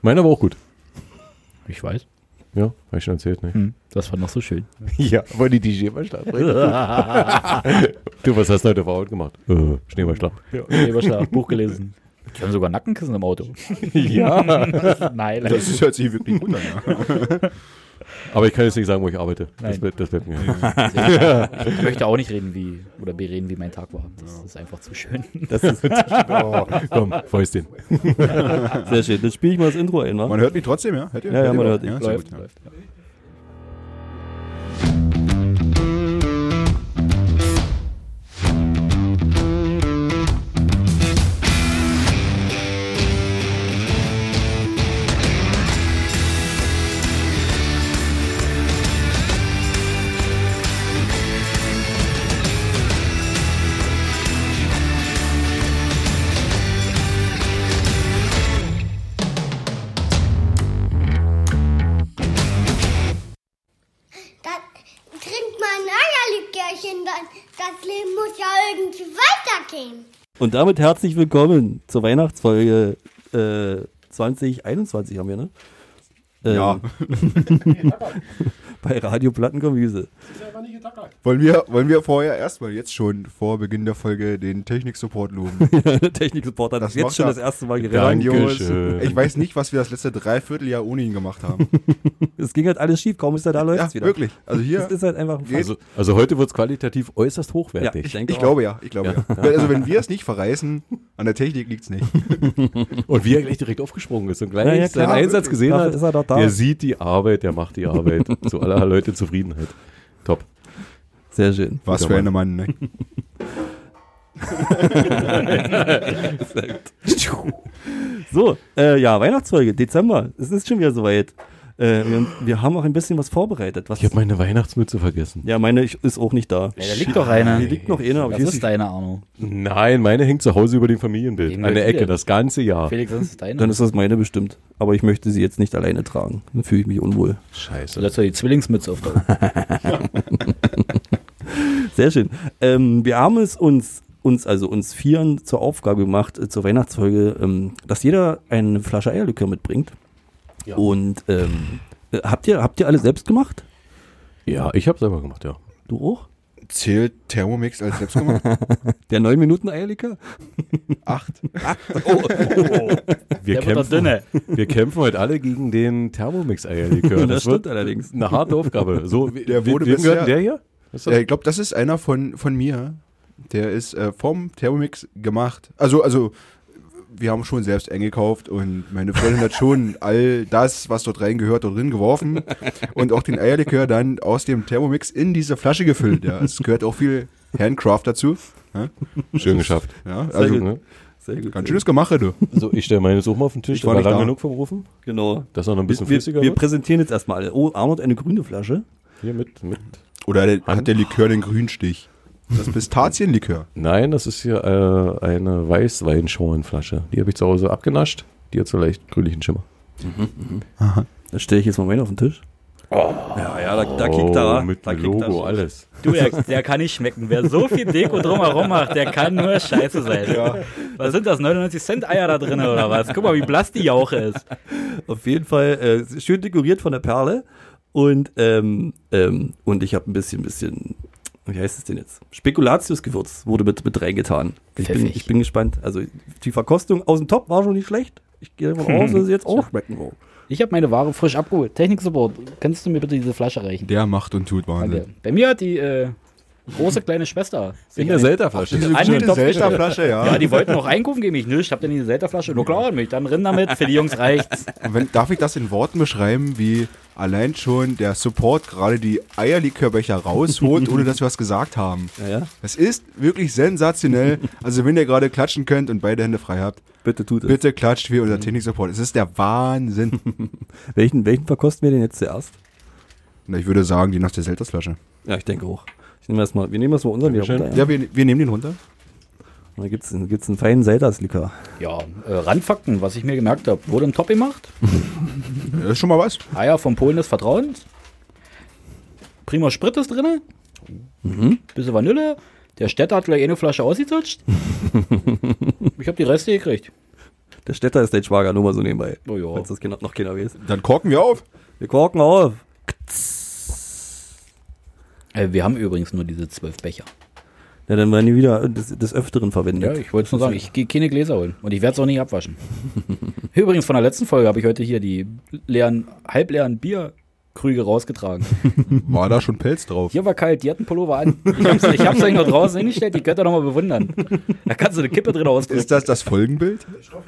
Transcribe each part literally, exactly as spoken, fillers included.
Meiner war auch gut. Ich weiß. Ja, habe ich schon erzählt, ne? Hm, das war noch so schön. Ja, wollen die die Schneeballschlag bringen? Du, was hast du heute auf Arbeit gemacht? Äh, Schneeballschlag. Ja, Schneeballschlag, Buch gelesen. Die haben sogar Nackenkissen im Auto. Ja. Nein. Das ist jetzt wirklich gut an, ja. Aber ich kann jetzt nicht sagen, wo ich arbeite. Das Nein. wird, das wird mir. Ich möchte auch nicht reden, wie, oder bereden, wie mein Tag war. Das ist einfach zu schön. Das ist oh, komm, Fäustchen. Sehr schön. Dann spiele ich mal das Intro ein, wa? Man hört mich trotzdem, ja? Hört ihr? Ja, ja, man hört ja, dich. sehr Läuft, gut, ja. läuft. Ja. Dann trinkt man ein Eierlikörchen, dann das Leben muss ja irgendwie weitergehen. Und damit herzlich willkommen zur Weihnachtsfolge äh, zwanzig einundzwanzig haben wir, ne? Ähm, Ja. Bei Radio Plattenkombüse. Wollen wir, wollen wir vorher erstmal jetzt schon vor Beginn der Folge den Technik-Support loben? Der Technik-Support hat Das das jetzt macht schon er. das erste Mal geredet. Grandios. Dankeschön. Ich weiß nicht, was wir das letzte Dreivierteljahr ohne ihn gemacht haben. Es ging halt alles schief, kaum ist er da, läuft's Ja, wieder. wirklich. Also hier, Das ist halt einfach ein Also, also heute wird es qualitativ äußerst hochwertig. Ja, ich denke ich auch. glaube ja, ich glaube ja. Ja. Also wenn wir es nicht verreißen, an der Technik liegt es nicht. Und wie er gleich direkt aufgesprungen ist und gleich Ja, ja, seinen klar. Einsatz gesehen Dafür hat, ist er doch da. der sieht die Arbeit, der macht die Arbeit. Zu aller Leute Zufriedenheit. Top. Sehr schön. Was Guter für ein Mann, ne? So, äh, ja, Weihnachtsfolge, Dezember. Es ist schon wieder soweit. Äh, wir, wir haben auch ein bisschen was vorbereitet. Was Ich habe meine Weihnachtsmütze vergessen. ja, meine ich- ist auch nicht da. Ja, da liegt doch einer. Hier liegt noch eine, aber Was hier ist ist deine, Arno? Nein, meine hängt zu Hause über dem Familienbild. Gegen An der welche Ecke, denn? das ganze Jahr. Felix, was ist deine? dann ist das meine bestimmt. Aber ich möchte sie jetzt nicht alleine tragen. Dann fühle ich mich unwohl. Du Scheiße. setzt doch die Zwillingsmütze auf da. Sehr schön. Ähm, wir haben es uns, uns, also uns Vieren zur Aufgabe gemacht, äh, zur Weihnachtsfolge, ähm, dass jeder eine Flasche Eierlikör mitbringt. Ja. Und ähm, äh, habt ihr, habt ihr alle selbst gemacht? Ja, ich habe selber gemacht, ja. Du auch? Zählt Thermomix als selbstgemacht? Der neun Minuten Eierlikör? Acht. Wir, Der wird doch kämpfen, dünne. wir kämpfen heute alle gegen den Thermomix-Eierlikör. Das Das stimmt wird allerdings. eine harte Aufgabe. So, wie- Der wie- wurde wem bisher- gehört denn der hier? Was ist das? Äh, ich glaube, das ist einer von, von mir. Der ist äh, vom Thermomix gemacht. Also, also wir haben schon selbst eingekauft und meine Freundin hat schon all das, was dort reingehört, dort drin geworfen und auch den Eierlikör dann aus dem Thermomix in diese Flasche gefüllt. Ja, es gehört auch viel Handcraft dazu. Ja, Schön geschafft. ja Sehr also gut. Ne? Sehr gut. ganz schönes Gemache, du. So, ich stelle meine Suche mal auf den Tisch. Ich war Der war nicht lang da. genug vom Ofen. Genau. Dass er noch ein bisschen wir, flüssiger wir wird. präsentieren jetzt erstmal alle. Oh, Arnold, eine grüne Flasche. Hier mit, mit. Oder der, hat der Likör den Grünstich? Das Pistazienlikör. Nein, das ist hier äh, eine Weißweinschornflasche. Die habe ich zu Hause abgenascht. Die hat so leicht grünlichen Schimmer. Da stelle ich jetzt mal meinen auf den Tisch. Ja, ja, da, da kickt er. Oh, mit da kickt er Logo, schon. alles. Du, der, der kann nicht schmecken. Wer so viel Deko drumherum macht, der kann nur scheiße sein. Was sind das, neunundneunzig Cent Eier da drin oder was? Guck mal, wie blass die Jauche ist. Auf jeden Fall äh, schön dekoriert von der Perle. Und, ähm, ähm, und ich habe ein bisschen, bisschen, wie heißt es denn jetzt? Spekulatiusgewürz wurde mit, mit reingetan. Ich bin, Pfiffig. ich bin gespannt. Also die Verkostung aus dem Topf war schon nicht schlecht. Ich gehe davon aus, dass es jetzt auch schmecken wird. Ich habe meine Ware frisch abgeholt. Technik-Support, kannst du mir bitte diese Flasche reichen? Der macht und tut Wahnsinn. Danke. Bei mir hat die äh, große kleine Schwester sich In der ein- Selterflasche. Diese An den gute Topf gestellt. Selterflasche, ja. Ja, die wollten noch einkaufen gehen, ich nicht. Ich hab dann diese Selterflasche. Nur klar, mich dann rein damit. Für die Jungs reicht's. Und wenn, darf ich das in Worten beschreiben, wie allein schon der Support gerade die Eierlikörbecher rausholt, ohne dass wir was gesagt haben? Ja, ja. Das ist wirklich sensationell. Also wenn ihr gerade klatschen könnt und beide Hände frei habt, Bitte tut es. bitte klatscht für unser Technik-Support. Es ist der Wahnsinn. Welchen, welchen verkosten wir denn jetzt zuerst? Na, ich würde sagen, die nach der Seltersflasche. Ja, ich denke auch. Ich nehme das mal, wir nehmen das mal unseren wieder Dankeschön. runter. Ja, wir, wir nehmen den runter. Und da gibt's einen, gibt's einen feinen Selterslikör. Ja, äh, Randfakten, was ich mir gemerkt habe. Wurde im Top gemacht. Das ist schon mal was. Eier vom Polen des Vertrauens. Prima Sprit ist drin. Mhm. Bisschen Vanille. Der Städter hat gleich eine Flasche ausgezutscht. Ich habe die Reste gekriegt. Der Städter ist dein Schwager, nur mal so nebenbei. Oh ja. Falls das Kinder, noch keiner weiß. Dann korken wir auf. Wir korken auf. Äh, wir haben übrigens nur diese zwölf Becher. Ja, dann werden die wieder des, des Öfteren verwendet. Ja, ich wollte es nur sagen, ich gehe keine Gläser holen. Und ich werde es auch nicht abwaschen. Übrigens, von der letzten Folge habe ich heute hier die leeren, halbleeren Bierkrüge rausgetragen. War da schon Pelz drauf? Hier war kalt, die hatten Pullover an. Ich hab's, ich hab's eigentlich noch draußen hingestellt, die könnt ihr noch mal bewundern. Da kannst du eine Kippe drin ausdrücken. Ist das das Folgenbild?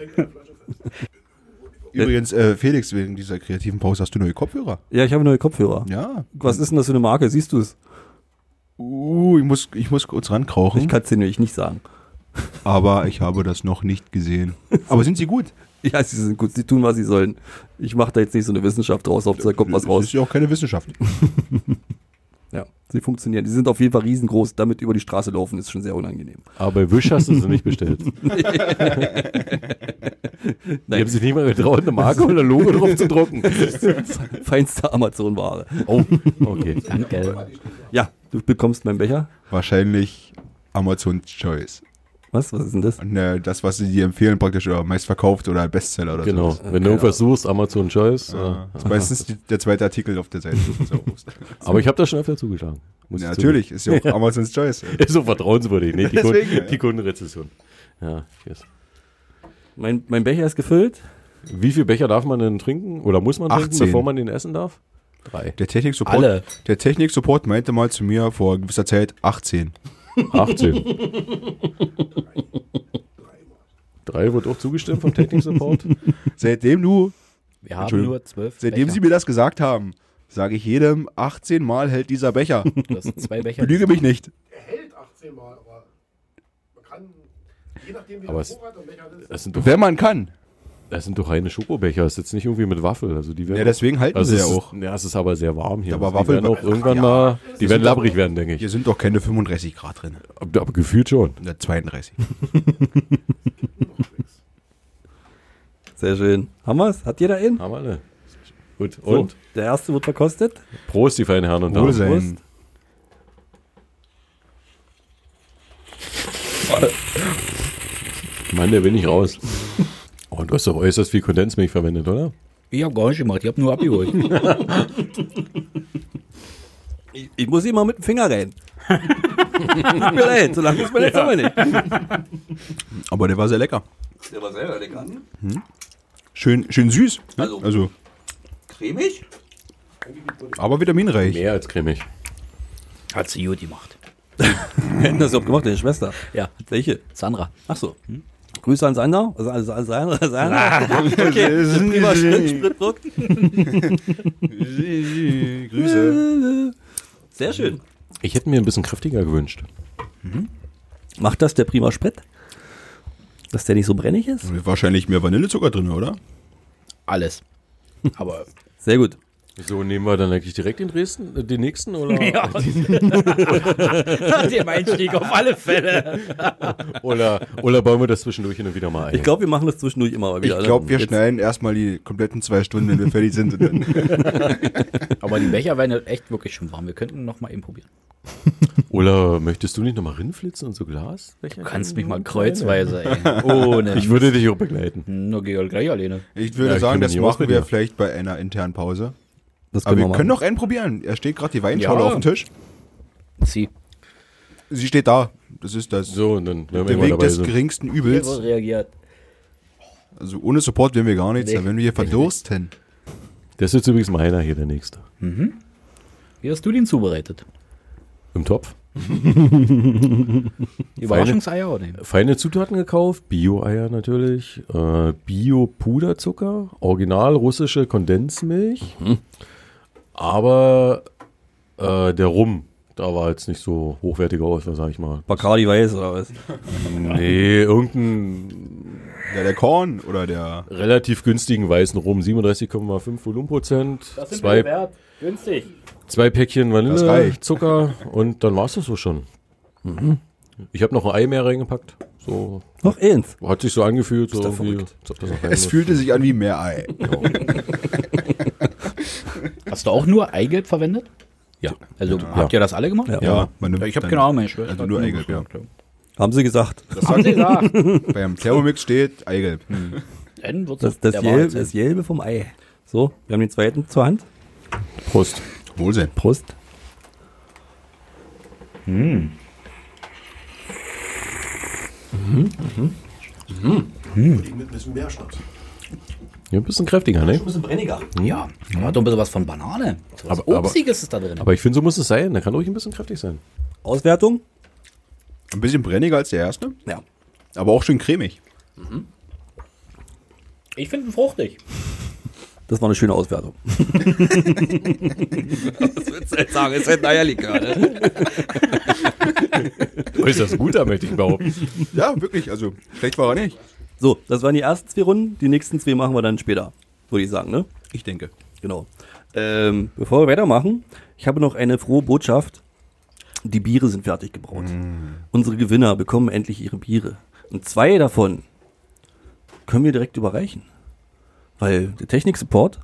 Übrigens, äh, Felix, wegen dieser kreativen Pause hast du neue Kopfhörer. Ja, ich habe neue Kopfhörer. Ja. Was ist denn das für eine Marke? Siehst du es? Uh, ich muss, ich muss kurz rankrauchen. Ich kann es dir nämlich nicht sagen. Aber ich habe das noch nicht gesehen. Aber sind sie gut? Ja, sie sind gut, sie tun, was sie sollen. Ich mache da jetzt nicht so eine Wissenschaft draus, Hauptsache kommt was Das raus. ist ja auch keine Wissenschaft. Ja, sie funktionieren. Die sind auf jeden Fall riesengroß. Damit über die Straße laufen ist schon sehr unangenehm. Aber bei Wish hast du sie nicht bestellt. Die haben sich nicht mal getraut, eine Marke oder ein Logo drauf zu drucken. Feinste Amazon-Ware. Oh, okay. Danke. Ja, du bekommst meinen Becher. Wahrscheinlich Amazon Choice. Was? Was ist denn das? Ne, das, was sie dir empfehlen, praktisch oder meist verkauft oder Bestseller oder Genau. so. Wenn du irgendwas suchst, Amazon Choice. Ja, äh, das ist meistens die, der zweite Artikel auf der Seite. Aber ich habe das schon öfter zugeschlagen. Muss Ja, ich natürlich, ist ja auch Amazons Choice. zugeben. Ist so vertrauenswürdig, ne? Die, Deswegen, Kunden, ja. die Kundenrezession. Ja, ich weiß. Mein, mein Becher ist gefüllt. Wie viel Becher darf man denn trinken? Oder muss man trinken, achtzehn. bevor man den essen darf? Drei. Der Technik-Support, Alle. der Technik-Support meinte mal zu mir vor gewisser Zeit achtzehn. achtzehn. Drei wird auch zugestimmt vom Technik-Support. Seitdem du, Wir haben Entschuldigung. nur zwölf seitdem Becher. sie mir das gesagt haben, sage ich jedem, achtzehn Mal hält dieser Becher. Das sind zwei Becher. Belüge mich nicht. Er hält achtzehn Mal, aber man kann, je nachdem wie Aber der es- Vorrat und Becher ist, Das sind doch, Wenn man kann. das sind doch reine Schokobecher. Das ist jetzt nicht irgendwie mit Waffel. Also die werden Ja, deswegen halten also sie es ja ist, auch. Ja, es ist aber sehr warm hier. Aber Also die Waffel- werden auch irgendwann Ja, mal, die sind werden doch- labbrig werden, denke ich. Hier sind doch keine fünfunddreißig Grad drin. Aber, aber gefühlt schon. Na, zweiunddreißig. Sehr schön. Haben wir's? Hat jeder einen? Haben wir alle. Gut. So, Und der erste wird verkostet. Prost, die feinen Herren und Damen. Wohlsein. Mann, der will nicht raus. Oh, und du hast doch äußerst viel Kondensmilch verwendet, oder? Ich hab gar nicht gemacht, ich hab nur abgeholt. Ich, ich muss immer mit dem Finger rein. Tut mir leid, so lange ist mir jetzt aber nicht. Aber der war sehr lecker. Der war selber lecker. Schön, schön süß. ne? Also- also, Cremig? aber vitaminreich. Mehr als cremig. Hat sie gut gemacht. Wer hat das überhaupt gemacht? Deine Schwester. Ja, Welche? Sandra. Ach so. Grüße an Sander. Also, also, also, also, Sander. Okay, prima Schritt, Spritdruck. Grüße. Sehr schön. Ich hätte mir ein bisschen kräftiger gewünscht. Macht das der Prima Sprit? Dass der nicht so brennig ist? Wahrscheinlich mehr Vanillezucker drin, oder? Alles. Aber Sehr gut. So, nehmen wir dann eigentlich direkt den Dresden, äh, den nächsten, oder? ja. Nach dem Einstieg auf alle Fälle. Oder, oder bauen wir das zwischendurch hin und wieder mal ein? Ich glaube, wir machen das zwischendurch immer mal wieder. Ich glaube, wir Jetzt- schneiden erstmal die kompletten zwei Stunden, wenn wir fertig sind. Und dann Aber die Becher werden ja echt wirklich schon warm. Wir könnten noch mal eben probieren. Oder möchtest du nicht nochmal rinflitzen und so Glasbecher? Du kannst mich mal kreuzweise, ey. Ohne. Ich würde dich auch begleiten. Nur geh halt gleich alleine. ich würde Ja, ich sagen, bin das nicht aus machen bei wir dir. vielleicht bei einer internen Pause. Das Aber wir machen. können noch einen probieren. Er steht gerade die Weinschale Ja. auf dem Tisch. Sie. Sie steht da. Das ist das. So, und dann, wenn wir Der mal Weg dabei des sind. geringsten Hier Übels. wird reagiert. Also ohne Support wären wir gar nichts. Nee. Da wären wir hier verdursten. Das ist jetzt übrigens meiner hier, der nächste. Wie hast du den zubereitet? Im Topf. Überraschungseier oder nicht? Feine Zutaten gekauft, Bio-Eier natürlich, äh, Bio-Puderzucker, original russische Kondensmilch, aber äh, der Rum, da war jetzt nicht so hochwertiger aus, was sag ich mal. Bacardi Weiß oder was? Nee, irgendein Ja, der Korn oder der. relativ günstigen weißen Rum, siebenunddreißig Komma fünf Volumenprozent, zwei, wert. Günstig. zwei Päckchen Das Vanille, reicht. Zucker und dann war es das so schon. Ich habe noch ein Ei mehr reingepackt, so Noch eins. hat sich so angefühlt, so Ist doch irgendwie, verrückt. als ob das noch rein Es muss. fühlte sich an wie Meerei. Hast du auch nur Eigelb verwendet? Ja. Also habt ihr das alle gemacht? Ja. Ja, meine, Ich habe dann- keine Ahnung, Mensch. Also nur Eigelb, ja. Haben sie gesagt. Das Haben sagt, sie gesagt. beim Thermomix steht Eigelb. Dann wird's Das, das, der Gelbe, Wahnsinn. das Gelbe vom Ei. So, wir haben den zweiten zur Hand. Prost. Wohlsein. Prost. Mit ein bisschen mehr Schnaps. Ja, ein bisschen kräftiger, ne? Ein bisschen brenniger. Ja, aber hat doch ein bisschen was von Banane. So was Aber- aber- Obstiges ist da drin. Aber ich finde, so muss es sein. Der kann ruhig ein bisschen kräftig sein. Auswertung? Ein bisschen brenniger als der erste, Ja. aber auch schön cremig. Ich finde ihn fruchtig. Das war eine schöne Auswertung. Was würdest du jetzt sagen? Ist halt ein Eierlikör, ne? Ist das gut, da möchte ich behaupten. Ja, wirklich, also schlecht war er nicht. So, das waren die ersten zwei Runden. Die nächsten zwei machen wir dann später, würde ich sagen, ne? Ich denke. Genau. Ähm, bevor wir weitermachen, ich habe noch eine frohe Botschaft. Die Biere sind fertig gebraut. Unsere Gewinner bekommen endlich ihre Biere. Und zwei davon können wir direkt überreichen. Weil der Technik-Support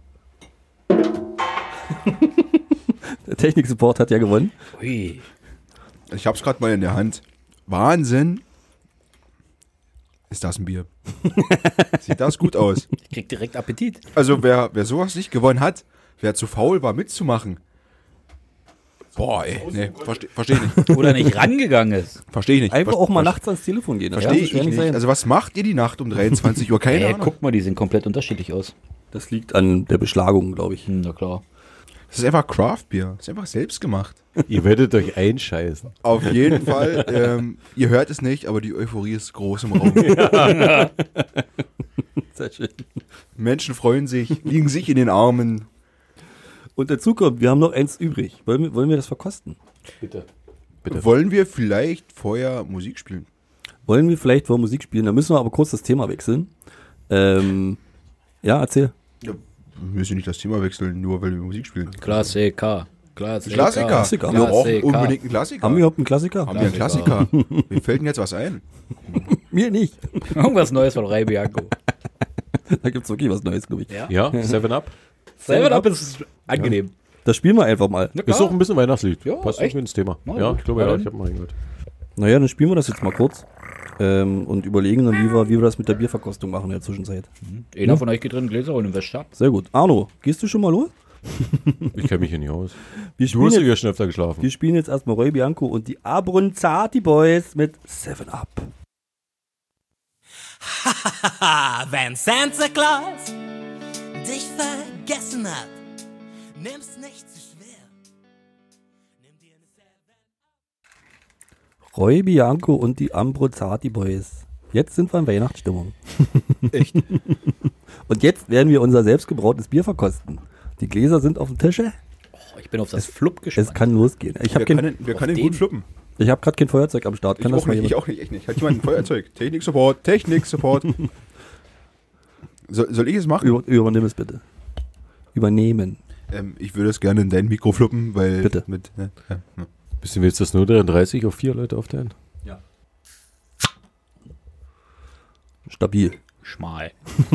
der Technik-Support hat ja gewonnen. Ui. Ich hab's gerade mal in der Hand. Wahnsinn. Ist das ein Bier? Sieht das gut aus. Ich krieg direkt Appetit. Also wer, wer sowas nicht gewonnen hat, wer zu faul war mitzumachen. Boah, ey, nee, verstehe versteh ich nicht. Oder nicht rangegangen ist. Verstehe ich nicht. Einfach Ver- auch mal ver- nachts ans Telefon gehen. Das Verstehe kann so ich schwer nicht. sein. Also was macht ihr die Nacht um dreiundzwanzig Uhr? Keine Ey, Ahnung. guck mal, die sehen komplett unterschiedlich aus. Das liegt an der Beschlagung, glaube ich. Hm, na klar. Das ist einfach Craft Beer. Das ist einfach selbst gemacht. Ihr werdet euch einscheißen. Auf jeden Fall, ähm, ihr hört es nicht, aber die Euphorie ist groß im Raum. Sehr schön. Menschen freuen sich, liegen sich in den Armen. Und dazu kommt, wir haben noch eins übrig. Wollen wir, wollen wir das verkosten? Bitte. Bitte. Wollen wir vielleicht vorher Musik spielen? Wollen wir vielleicht vor Musik spielen? Da müssen wir aber kurz das Thema wechseln. Ähm, ja, erzähl. Wir müssen nicht das Thema wechseln, nur weil wir Musik spielen. Klassiker. Klassiker. Klassiker. Klassiker. Wir brauchen Klassiker. unbedingt einen Klassiker. Haben wir überhaupt einen Klassiker? Haben wir einen Klassiker? Mir fällt denn jetzt was ein. Mir nicht. Irgendwas Neues von Ray Bianco. Da gibt es wirklich was Neues, glaube ich. Ja. Ja, Seven Up. Seven Up ist angenehm. Das spielen wir einfach mal. Na Ist auch ein bisschen Weihnachtslied. Ja, Passt echt? irgendwie ins Thema. Na Ja, gut. ich glaube, Na ja, dann. ich habe mal reingehört. Naja, dann spielen wir das jetzt mal kurz. Ähm, und überlegen dann, wie wir, wie wir das mit der Bierverkostung machen in der Zwischenzeit. Einer von euch geht drin Gläser und im Wäsche ab. Sehr gut. Arno, gehst du schon mal los? Ich kenne mich hier nicht aus. Wir Du spielen, hast jetzt, ja schon öfter geschlafen. wir spielen jetzt erstmal Roy Bianco und die Abronzati Boys mit Seven Up. Wenn Santa Claus dich vergessen hat, nimm's nicht zu schwer. Nimm dir eine Seven. Roy Bianco und die Abronzati Boys. Jetzt sind wir in Weihnachtsstimmung. Echt? Und jetzt werden wir unser selbstgebrautes Bier verkosten. Die Gläser sind auf dem Tisch. Oh, ich bin auf das Flupp gespannt. Es kann losgehen. Ich habe Wir kein, können, wir können den- gut fluppen. ich hab gerade kein Feuerzeug am Start. Kann Ich das auch mal nicht, ich jemand? auch nicht, echt nicht. Hat jemand ein Feuerzeug? Technik-Support, Technik-Support. So, soll ich es machen? Über, übernimm es bitte. Übernehmen. Ähm, ich würde es gerne in dein Mikro fluppen, weil... Bitte. Mit, ne, ja, ja. Bisschen willst du das nur dreiunddreißig auf vier Leute aufteilen? Stabil. Schmal.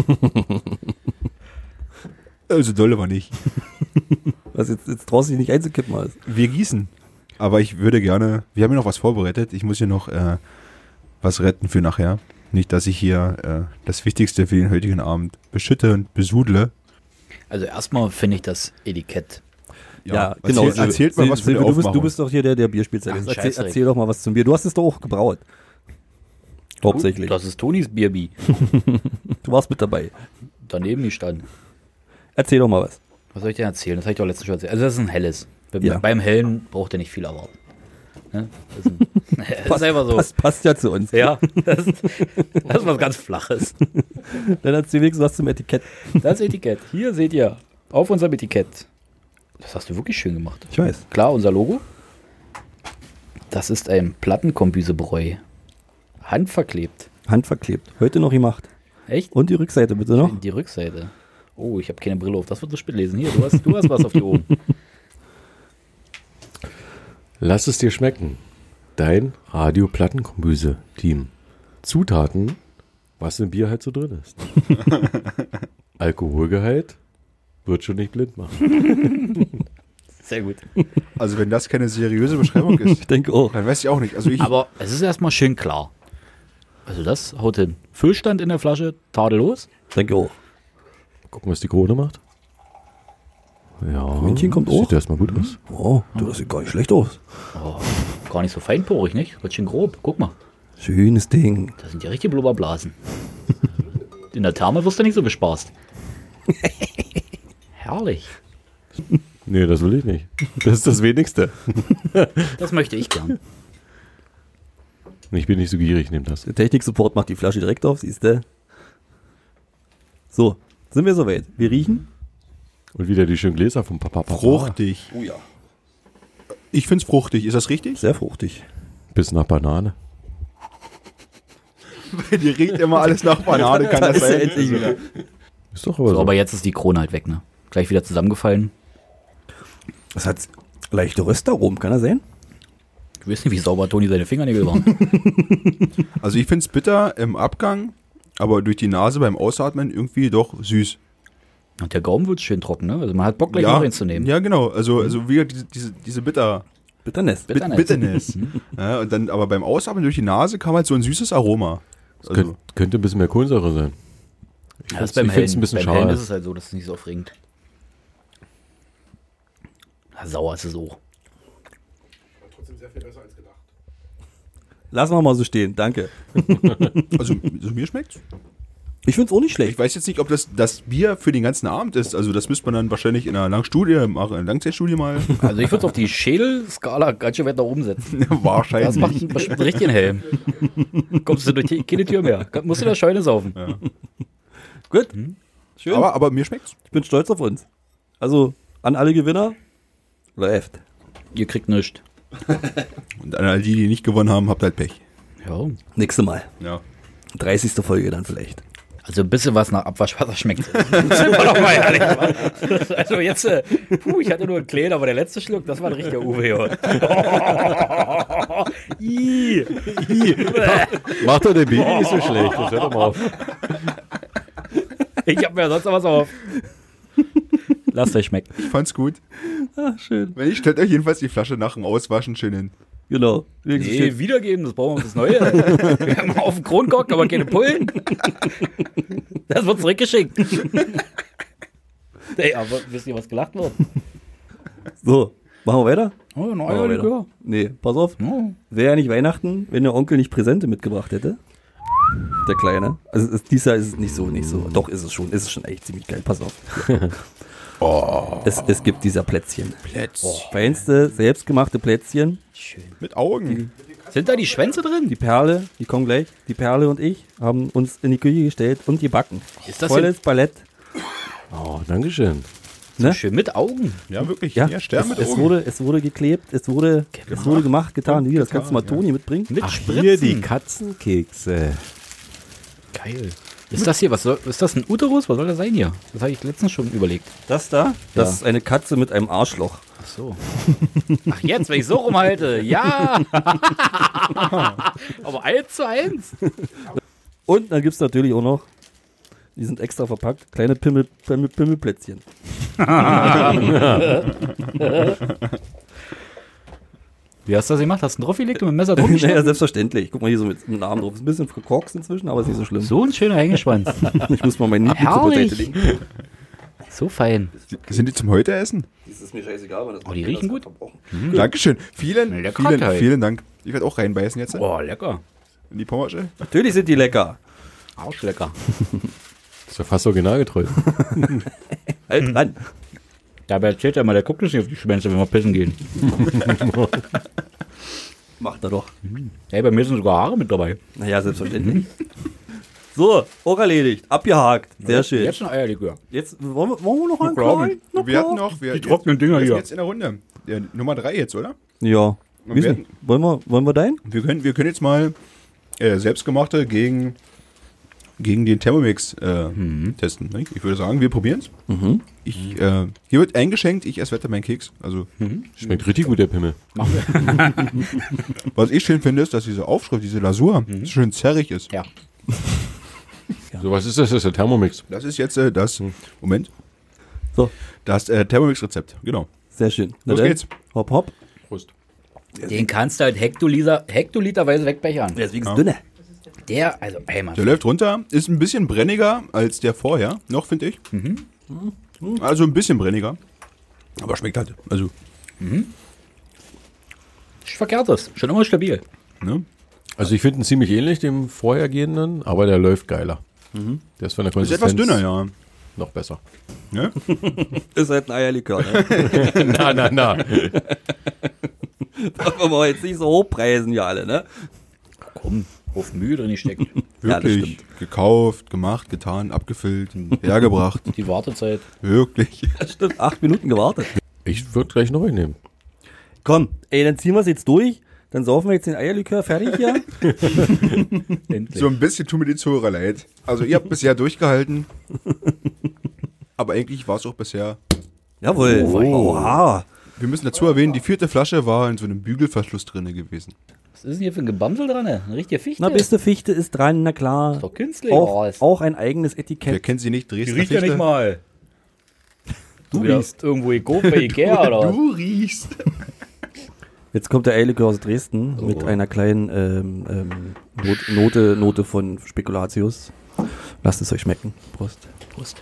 Also dolle war nicht. Was jetzt, jetzt traust du dich nicht einzukippen alles. Wir gießen. Aber ich würde gerne... Wir haben ja noch was vorbereitet. Ich muss hier noch äh, was retten für nachher. Nicht, dass ich hier äh, das Wichtigste für den heutigen Abend beschütte und besudle. Also erstmal finde ich das Etikett. Ja, erzähl, genau. Erzählt mal Sil- was von Silvio, der du bist, du Aufmachung. bist doch hier der, der Bierspezialist. Ach, Erzähl, Scheiße. erzähl doch mal was zum Bier. Du hast es doch auch gebraut. Hauptsächlich. Das ist Tonis Bierbi. Du warst mit dabei. Daneben gestanden. Erzähl doch mal was. Was soll ich denn erzählen? Das habe ich doch letztens schon erzählt. Also das ist ein helles. Beim, Ja. beim hellen braucht ihr nicht viel erwarten. Ne? Das, ist ein, das ist einfach so. Passt, passt ja zu uns. Ja, das, das ist was ganz Flaches. Dann erzähl wenigstens was zum Etikett. Das Etikett. Hier seht ihr auf unserem Etikett. Das hast du wirklich schön gemacht. Ich weiß. Klar, unser Logo. Das ist ein Plattenkombüsebräu. Handverklebt. Handverklebt. Heute noch gemacht. Echt? Und die Rückseite bitte noch. Die Rückseite. Oh, ich habe keine Brille auf. Das wird so spät lesen. Hier, du hast, du hast was auf die Ohren. Lass es dir schmecken. Dein Radio-Plattenkombüse-Team. Zutaten, was im Bier halt so drin ist. Alkoholgehalt wird schon nicht blind machen. Sehr gut. Also wenn das keine seriöse Beschreibung ist, Ich denke auch. dann weiß ich auch nicht. Also ich... Aber es ist erstmal schön klar. Also das haut hin. Füllstand in der Flasche, tadellos. Danke auch. Gucken, was die Krone macht. Ja, Männchen kommt sieht auch. erstmal gut aus. Oh, du, das sieht gar nicht schlecht aus. Oh, gar nicht so feinporig, nicht? Wird schon grob. Guck mal, Schönes Ding. da sind ja richtige Blubberblasen. In der Therme wirst du nicht so bespaßt. Herrlich. Nee, das will ich nicht. Das ist das Wenigste. Das möchte ich gern. Ich bin nicht so gierig, nehmt das. Der Technik-Support macht die Flasche direkt auf, siehst du? So, sind wir soweit. Wir riechen. Und wieder die schönen Gläser vom Papa. Papa. Fruchtig. Oh ja. Ich find's fruchtig. Ist das richtig? Sehr fruchtig. Bis nach Banane. Die riecht immer alles nach Banane, kann das ist er sein? endlich wieder. Ist doch aber So, so. aber jetzt ist die Krone halt weg, ne? Gleich wieder zusammengefallen. Das hat leichte Röstaromen, kann er sein? Ich weiß nicht, wie sauber Toni seine Fingernägel waren. Also ich find's bitter im Abgang, aber durch die Nase beim Ausatmen irgendwie doch süß. Und der Gaumen wird schön trocken, ne? Also man hat Bock, gleich noch reinzunehmen. Ja, genau. Also, also wie diese, diese, diese Bitter, Bitterness. Bit- Bitterness. Bitterness. Ja, und dann, aber beim Ausatmen durch die Nase kam halt so ein süßes Aroma. Also, Könnt, könnte ein bisschen mehr Kohlensäure sein. Ich Ja, das ist find's- beim ich find's Hellen. ein bisschen beim Hellen schade. ist es halt so, das ist nicht so aufregend. Ja, sauer ist es auch. Trotzdem sehr viel besser als gedacht. Lassen wir mal so stehen, danke. also, also mir schmeckt's. Ich find's auch nicht schlecht. Ich weiß jetzt nicht, ob das das Bier für den ganzen Abend ist. Also das müsste man dann wahrscheinlich in einer Langstudie machen, in einer Langzeitstudie mal. Also ich würde es auf die Schädelskala ganz schön weit nach oben setzen. Wahrscheinlich. Das macht bestimmt einen richtigen Helm. Kommst du durch die, keine Tür mehr. Musst du in der Scheune saufen. Ja. Gut. Schön. Aber, aber mir schmeckt's. ich bin stolz auf uns. Also an alle Gewinner. Läuft. Ihr kriegt nichts. Und an all die, die nicht gewonnen haben, habt halt Pech. Ja. Nächste Mal. Ja. dreißigste Folge dann vielleicht. Also ein bisschen was nach Abwaschwasser schmeckt. Sind wir doch mal ehrlich. Also jetzt, äh, puh, ich hatte nur einen kleinen, aber der letzte Schluck, das war ein richtiger Uwe hier. Ih, ih. Macht doch der Baby nicht so schlecht. Das hört doch mal auf. Ich hab mir sonst noch was auf. Lasst euch schmecken. Ich fand's gut. Ah, schön. Wenn nicht, stellt euch jedenfalls die Flasche nach dem Auswaschen schön hin. Genau. Wenigstens Nee, schön. wiedergeben, das brauchen wir uns das Neue. Wir haben auf den Kronkorken, aber keine Pullen. Das wird zurückgeschickt. Ey, aber wisst ihr, was gelacht wird? So, machen wir weiter? Oh, ein Machen wir neuer weiter. Likör. Nee, pass auf. Oh. Wäre ja nicht Weihnachten, wenn der Onkel nicht Präsente mitgebracht hätte. Der Kleine. Also es ist, dieses Jahr ist es nicht so, nicht so. Doch, ist es schon. Ist es schon echt ziemlich geil. Pass auf. Oh. Es, es gibt dieser Plätzchen. Plätzchen. Feinste, selbstgemachte Plätzchen. Schön. Mit Augen. Sind da die Schwänze drin? Die Perle, die kommen gleich. Die Perle und ich haben uns in die Küche gestellt und gebacken. Ist das Volles Ballett. Oh, Dankeschön. so ne? schön mit Augen? Ja, wirklich. Ja, Ja, sterben es, mit es, Augen. wurde, es wurde geklebt, es wurde, es wurde gemacht, getan. Hier, das kannst du mal getan, Toni mitbringen. Mit Ach, Spritzen? hier die Katzenkekse. Geil. Ist das hier, was soll, ist das ein Uterus? Was soll das sein hier? Das habe ich letztens schon überlegt. Das da, das Ja. ist eine Katze mit einem Arschloch. Ach so. Ach jetzt, wenn ich so rumhalte. Ja. Aber eins zu eins. Und dann gibt es natürlich auch noch, die sind extra verpackt, kleine Pimmel, Pimmel, Pimmelplätzchen. Wie hast du das gemacht? Hast du einen draufgelegt und mit dem Messer drum Naja, selbstverständlich. Guck mal hier so mit, mit dem Arm drauf. Ist ein bisschen verkorkst inzwischen, aber ist nicht so schlimm. So ein schöner Hängeschwanz. Ich muss mal meinen Nieten zur Herrlich. Beiseite legen. So fein. Sind die zum heute essen? Das ist mir scheißegal, aber das Oh, die riechen gut. Dankeschön. Vielen, Lecker vielen, Teil. vielen Dank. Ich werde auch reinbeißen jetzt Boah, lecker. in die Pommersche. Natürlich sind die lecker. Arschlecker. Das ist ja fast originalgetreu. Halt dran. Dabei erzählt er mal, der guckt nicht auf die Schwänze, wenn wir pissen gehen. Macht er doch. Ey, bei mir sind sogar Haare mit dabei. Naja, selbstverständlich. So, auch erledigt. Abgehakt. Sehr schön. Jetzt ein Eierlikör. Jetzt wollen wir, wollen wir noch einen klar. kleinen? Na Wir klar. hatten noch. Wir, Die trockenen Dinger wir sind hier. jetzt in der Runde. Der Nummer drei jetzt, oder? Ja. Und Weiß wir, nicht. Wollen wir, wollen wir deinen? wir, können, wir können jetzt mal äh, selbstgemachte gegen, gegen den Thermomix äh, testen. Ne? Ich würde sagen, wir probieren es. Mhm. Ich, äh, hier wird eingeschenkt, ich esse weiter meinen Keks. Also, Schmeckt richtig gut, der Pimmel. was ich schön finde, ist, dass diese Aufschrift, diese Lasur, schön zerrig ist. Ja. So, was ist das? Das ist der Thermomix. Das ist jetzt äh, das, Moment, So, das äh, Thermomix-Rezept. Genau. sehr schön. Na Los dann, geht's. Hopp, hopp. Prost. Den kannst du halt Hektoliter, hektoliterweise wegbechern. Deswegen ist Ja. dünner. Der, also, ey, Mann. Der läuft runter, ist ein bisschen brenniger als der vorher, noch finde ich. Mhm. Also ein bisschen brenniger. Aber schmeckt halt. Also, Nicht verkehrtes. Schon immer stabil. ne? Also ich finde ihn ziemlich ähnlich dem vorhergehenden, aber der läuft geiler. Der ist von der Ist Konsistenz etwas dünner, ja. noch besser. Ne? Ist halt ein Eierlikör, ne? na, na, na. Darf man jetzt nicht so hochpreisen, ja alle, ne? Komm, auf Mühe drin steckt. Ja, das Wirklich. Gekauft, gemacht, getan, abgefüllt, hergebracht. Die Wartezeit. Wirklich. Das stimmt, acht Minuten gewartet. Ich würde gleich noch einen nehmen. Komm, ey, dann ziehen wir es jetzt durch. Dann saufen wir jetzt den Eierlikör fertig hier. Endlich. So ein bisschen tut mir die Zuhörer leid. Also ihr habt bisher durchgehalten. Aber eigentlich war es auch bisher. Jawohl. Oh, wow. Wir müssen dazu erwähnen, die vierte Flasche war in so einem Bügelverschluss drinne gewesen. Was ist denn hier für ein Gebamsel dran? Eine richtige Fichte? Na, beste Fichte ist dran, na klar. Ist doch künstlich. Auch, Oh, ist- auch ein eigenes Wer Etikett. kennt sie nicht? Die Dresdner riecht ja nicht Fichte? mal. Du riechst irgendwo gekauft bei Ikea oder was? Du riechst. Jetzt kommt der Eierlikör aus Dresden mit einer kleinen ähm, ähm, Not, Note, Note von Spekulatius. Lasst es euch schmecken. Prost. Prost.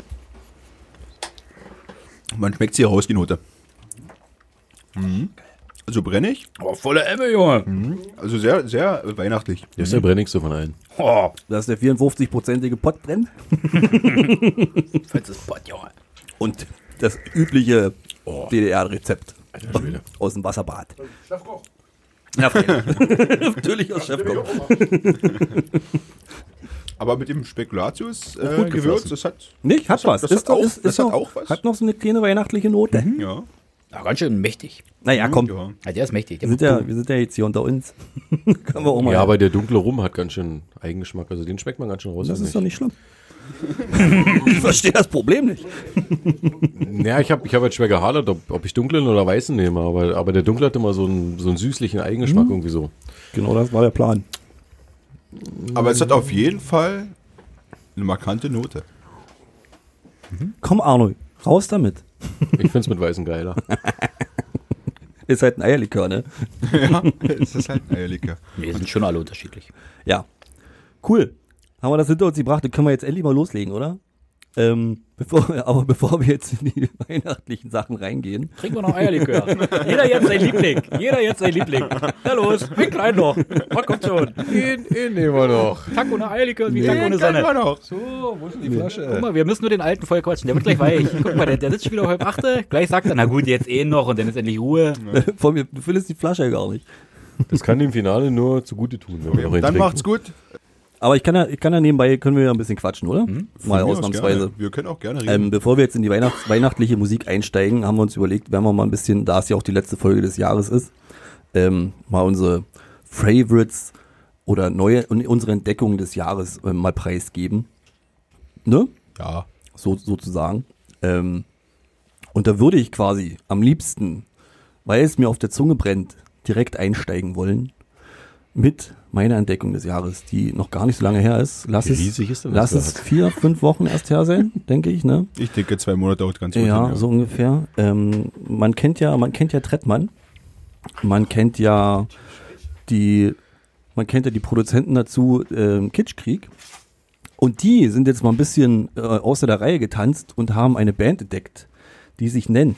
Man schmeckt sie raus, die Note. Mhm. Also brennig, Oh, volle Emme, Junge. also sehr, sehr weihnachtlich. Der ist der brennigste von allen. Oh, Das ist der vierundfünfzig-prozentige Pott drin. fettes Pott, Junge. Und das übliche D D R-Rezept Alter Schwede. aus dem Wasserbad. Chefkoch. Ja, natürlich aus Chefkoch. Aber mit dem Spekulatius Auch äh, gut Gewürz, geflossen. das hat, Nicht? Hat das hat- was. das ist hat auch- ist, ist das hat noch, auch was. Hat noch so eine kleine weihnachtliche Note. ja. Ja, ganz schön mächtig. Naja, komm. Ja. Ja, der ist mächtig. Der Wir sind, ja, wir sind ja jetzt hier unter uns. Können wir auch mal. Ja, aber der dunkle Rum hat ganz schön Eigengeschmack. Also den schmeckt man ganz schön raus. das oder ist doch nicht schlimm. Ich verstehe das Problem nicht. Ja, ich habe ich hab jetzt schwer gehadert, ob, ob ich dunklen oder weißen nehme. Aber, aber der dunkle hat immer so einen, so einen süßlichen Eigengeschmack Mhm. irgendwie so. Genau, das war der Plan. Aber es hat auf jeden Fall eine markante Note. Komm, Arno, raus damit. Ich finde es mit Weißen geiler. Ist halt ein Eierlikör, ne? Ja, es ist halt ein Eierlikör. Wir sind schon alle unterschiedlich. Ja. Cool. Haben wir das hinter uns gebracht, dann können wir jetzt endlich mal loslegen, oder? Ähm, bevor, aber bevor wir jetzt in die weihnachtlichen Sachen reingehen. Trinken wir noch Eierlikör. Jeder jetzt sein Liebling. Jeder jetzt sein Liebling. Na los, wie klein noch. Was kommt schon? Den, den nehmen wir noch. Taco ohne Eierlikör, wie Taco ohne Sonne. noch. So, wo ist denn die Flasche? Guck mal, wir müssen nur den alten voll quatschen. Der wird gleich weich. Guck mal, der, der sitzt schon wieder halb achte. Gleich sagt er, na gut, jetzt eh noch und dann ist endlich Ruhe. Vor mir, du findest die Flasche gar nicht. Das kann dem Finale nur zugute tun. Wenn wir noch einen Dann trinken. macht's gut. Aber ich kann ja, ich kann ja nebenbei, können wir ja ein bisschen quatschen, oder? Mal Von mir aus ausnahmsweise. gerne. Wir können auch gerne reden. Ähm, bevor wir jetzt in die Weihnachts weihnachtliche Musik einsteigen, haben wir uns überlegt, werden wir mal ein bisschen, da es ja auch die letzte Folge des Jahres ist, ähm, mal unsere Favorites oder neue unsere Entdeckungen des Jahres ähm, mal preisgeben. Ne? ja. So, sozusagen. Ähm, und da würde ich quasi am liebsten, weil es mir auf der Zunge brennt, direkt einsteigen wollen mit meiner Entdeckung des Jahres, die noch gar nicht so lange her ist. Lass Wie es, riesig ist denn lass das es vier, fünf Wochen erst her sein, denke ich, ne? Ich denke, zwei Monate dauert ganz gut. Ja, hin, so ungefähr. Ähm, man kennt ja, man kennt ja Trettmann. Man kennt ja die, man kennt ja die Produzenten dazu, ähm, Kitschkrieg. Und die sind jetzt mal ein bisschen äh, außer der Reihe getanzt und haben eine Band entdeckt, die sich nennt.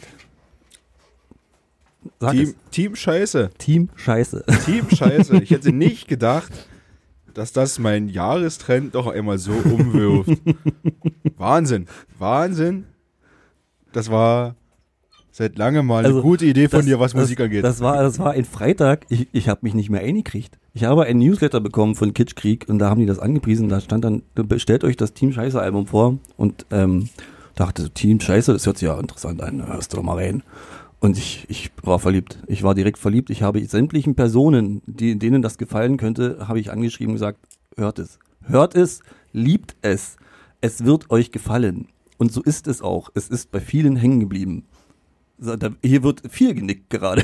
Sag Team, es. Team Scheiße. Team Scheiße. Team Scheiße. Ich hätte nicht gedacht, dass das mein Jahrestrend doch einmal so umwirft. Wahnsinn. Wahnsinn. Das war seit langem mal eine Also, gute Idee von Das- dir, was das, Musik angeht. Das war, das war ein Freitag. Ich, ich habe mich nicht mehr eingekriegt. Ich habe ein Newsletter bekommen von Kitschkrieg und da haben die das angepriesen. Da stand dann, bestellt euch das Team Scheiße Album vor und ähm, dachte so, Team Scheiße, das hört sich ja interessant an. Hörst du doch mal rein. Und ich, ich war verliebt. Ich war direkt verliebt. Ich habe sämtlichen Personen, die, denen das gefallen könnte, habe ich angeschrieben und gesagt, hört es. Hört es, liebt es. Es wird euch gefallen. Und so ist es auch. Es ist bei vielen hängen geblieben. So, da, hier wird viel genickt gerade.